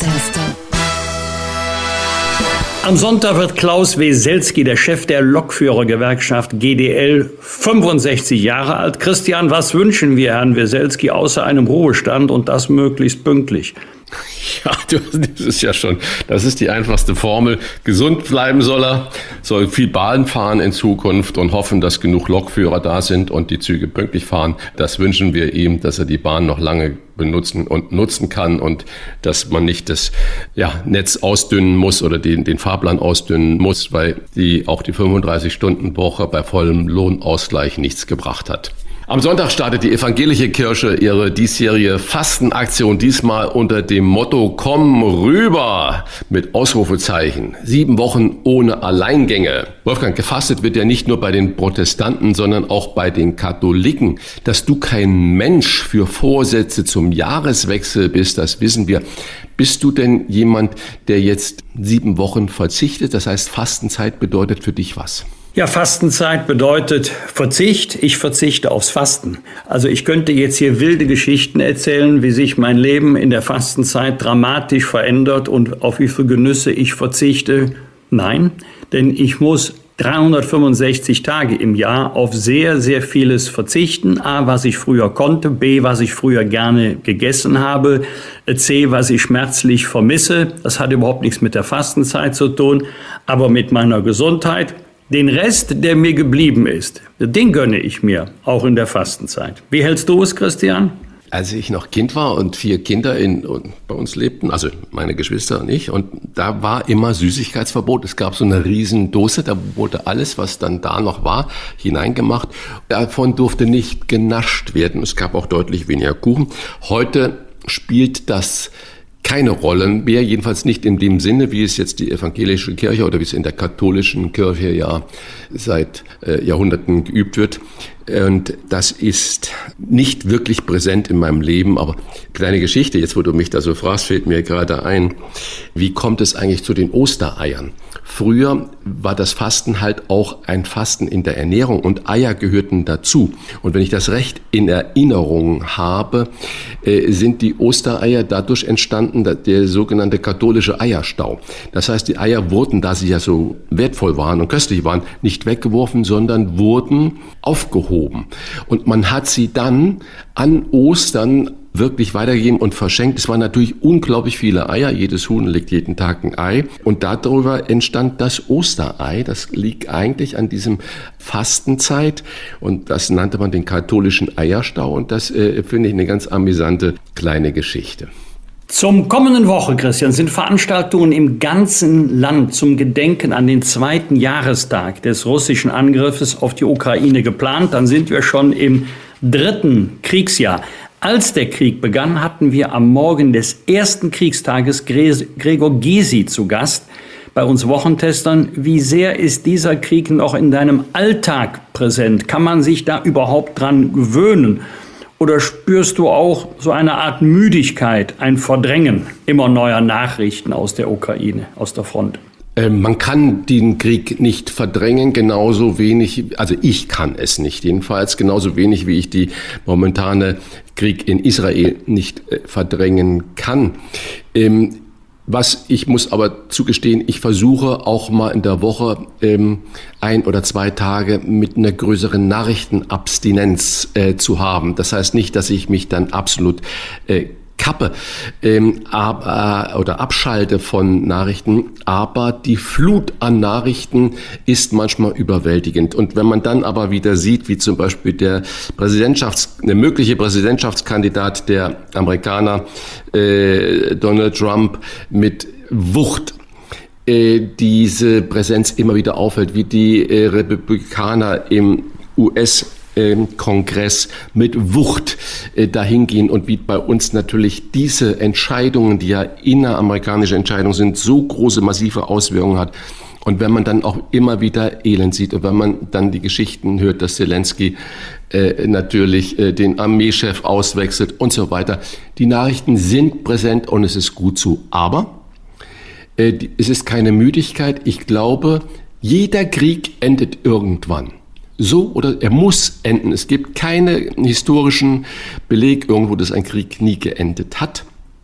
Am Sonntag wird Klaus Weselski, der Chef der Lokführergewerkschaft G D L, fünfundsechzig Jahre alt. Christian, was wünschen wir Herrn Weselski außer einem Ruhestand und das möglichst pünktlich? Ja, das ist ja schon, das ist die einfachste Formel. Gesund bleiben soll er, soll viel Bahn fahren in Zukunft und hoffen, dass genug Lokführer da sind und die Züge pünktlich fahren. Das wünschen wir ihm, dass er die Bahn noch lange benutzen und nutzen kann und dass man nicht das ja, Netz ausdünnen muss oder den, den Fahrplan ausdünnen muss, weil die auch die fünfunddreißig Stunden Woche bei vollem Lohnausgleich nichts gebracht hat. Am Sonntag startet die evangelische Kirche ihre diesjährige Fastenaktion, diesmal unter dem Motto Komm rüber mit Ausrufezeichen. Sieben Wochen ohne Alleingänge. Wolfgang, gefastet wird ja nicht nur bei den Protestanten, sondern auch bei den Katholiken. Dass du kein Mensch für Vorsätze zum Jahreswechsel bist, das wissen wir. Bist du denn jemand, der jetzt sieben Wochen verzichtet? Das heißt, Fastenzeit bedeutet für dich was? Ja, Fastenzeit bedeutet Verzicht. Ich verzichte aufs Fasten. Also ich könnte jetzt hier wilde Geschichten erzählen, wie sich mein Leben in der Fastenzeit dramatisch verändert und auf wie viele Genüsse ich verzichte. Nein, denn ich muss dreihundertfünfundsechzig Tage im Jahr auf sehr, sehr vieles verzichten. A, was ich früher konnte, B, was ich früher gerne gegessen habe, C, was ich schmerzlich vermisse. Das hat überhaupt nichts mit der Fastenzeit zu tun, aber mit meiner Gesundheit. Den Rest, der mir geblieben ist, den gönne ich mir, auch in der Fastenzeit. Wie hältst du es, Christian? Als ich noch Kind war und vier Kinder in, bei uns lebten, also meine Geschwister und ich, und da war immer Süßigkeitsverbot. Es gab so eine riesen Dose, da wurde alles, was dann da noch war, hineingemacht. Davon durfte nicht genascht werden. Es gab auch deutlich weniger Kuchen. Heute spielt das keine Rollen mehr, jedenfalls nicht in dem Sinne, wie es jetzt die evangelische Kirche oder wie es in der katholischen Kirche ja seit äh, Jahrhunderten geübt wird. Und das ist nicht wirklich präsent in meinem Leben, aber kleine Geschichte, jetzt wo du mich da so fragst, fällt mir gerade ein, wie kommt es eigentlich zu den Ostereiern? Früher war das Fasten halt auch ein Fasten in der Ernährung und Eier gehörten dazu. Und wenn ich das recht in Erinnerung habe, äh, sind die Ostereier dadurch entstanden, der sogenannte katholische Eierstau. Das heißt, die Eier wurden, da sie ja so wertvoll waren und köstlich waren, nicht weggeworfen, sondern wurden aufgehoben. Und man hat sie dann an Ostern wirklich weitergegeben und verschenkt. Es waren natürlich unglaublich viele Eier. Jedes Huhn legt jeden Tag ein Ei. Und darüber entstand das Osterei. Das liegt eigentlich an diesem Fastenzeit. Und das nannte man den katholischen Eierstau. Und das äh, finde ich eine ganz amüsante kleine Geschichte. Zum kommenden Woche, Christian, sind Veranstaltungen im ganzen Land zum Gedenken an den zweiten Jahrestag des russischen Angriffes auf die Ukraine geplant. Dann sind wir schon im dritten Kriegsjahr. Als der Krieg begann, hatten wir am Morgen des ersten Kriegstages Gregor Gysi zu Gast bei uns Wochentestern. Wie sehr ist dieser Krieg noch in deinem Alltag präsent? Kann man sich da überhaupt dran gewöhnen? Oder spürst du auch so eine Art Müdigkeit, ein Verdrängen immer neuer Nachrichten aus der Ukraine, aus der Front? Man kann den Krieg nicht verdrängen, genauso wenig, also ich kann es nicht jedenfalls, genauso wenig wie ich die momentane Krieg in Israel nicht verdrängen kann. Was ich muss aber zugestehen, ich versuche auch mal in der Woche ähm, ein oder zwei Tage mit einer größeren Nachrichtenabstinenz äh, zu haben. Das heißt nicht, dass ich mich dann absolut äh, kappe ähm, ab, äh, oder abschalte von Nachrichten, aber die Flut an Nachrichten ist manchmal überwältigend. Und wenn man dann aber wieder sieht, wie zum Beispiel der Präsidentschafts-, eine mögliche Präsidentschaftskandidat der Amerikaner, äh, Donald Trump, mit Wucht äh, diese Präsenz immer wieder auffällt, wie die äh, Republikaner im U S Kongress mit Wucht äh, dahingehen und wie bei uns natürlich diese Entscheidungen, die ja inneramerikanische Entscheidungen sind, so große, massive Auswirkungen hat. Und wenn man dann auch immer wieder Elend sieht und wenn man dann die Geschichten hört, dass Zelensky äh, natürlich äh, den Armeechef auswechselt und so weiter. Die Nachrichten sind präsent und es ist gut so. Aber äh, die, es ist keine Müdigkeit. Ich glaube, jeder Krieg endet irgendwann. So oder er muss enden. Es gibt keinen historischen Beleg irgendwo, dass ein Krieg nie geendet hat.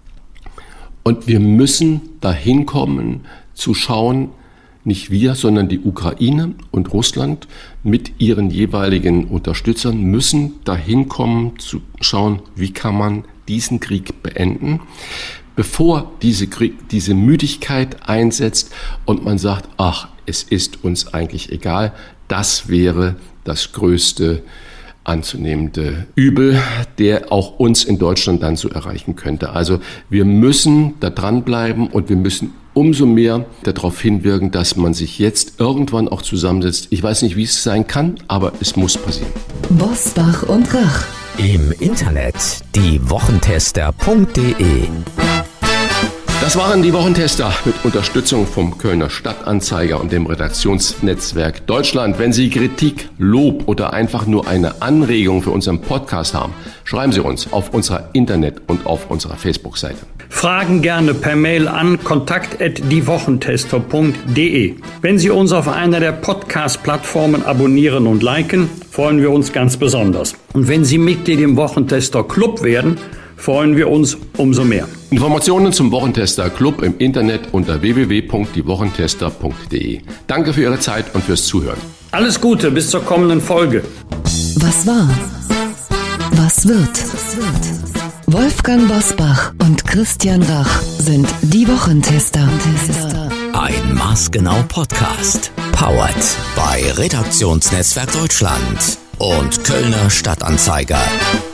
Und wir müssen dahin kommen, zu schauen, nicht wir, sondern die Ukraine und Russland mit ihren jeweiligen Unterstützern müssen dahin kommen, zu schauen, wie kann man diesen Krieg beenden, bevor diese Krieg, diese Müdigkeit einsetzt und man sagt, ach, es ist uns eigentlich egal. Das wäre das größte anzunehmende Übel, der auch uns in Deutschland dann so erreichen könnte. Also wir müssen da dranbleiben und wir müssen umso mehr darauf hinwirken, dass man sich jetzt irgendwann auch zusammensetzt. Ich weiß nicht, wie es sein kann, aber es muss passieren. Bosbach und Rach. Im Internet die Wochentester punkt de. Das waren die Wochentester mit Unterstützung vom Kölner Stadtanzeiger und dem Redaktionsnetzwerk Deutschland. Wenn Sie Kritik, Lob oder einfach nur eine Anregung für unseren Podcast haben, schreiben Sie uns auf unserer Internet- und auf unserer Facebook-Seite. Fragen gerne per Mail an kontakt at die wochentester punkt de. Wenn Sie uns auf einer der Podcast-Plattformen abonnieren und liken, freuen wir uns ganz besonders. Und wenn Sie Mitglied im Wochentester Club werden, freuen wir uns umso mehr. Informationen zum Wochentester Club im Internet unter w w w punkt die wochentester punkt de. Danke für Ihre Zeit und fürs Zuhören. Alles Gute, bis zur kommenden Folge. Was war? Was wird? Wolfgang Bosbach und Christian Rach sind die Wochentester. Ein Maßgenau Podcast. Powered bei Redaktionsnetzwerk Deutschland und Kölner Stadtanzeiger.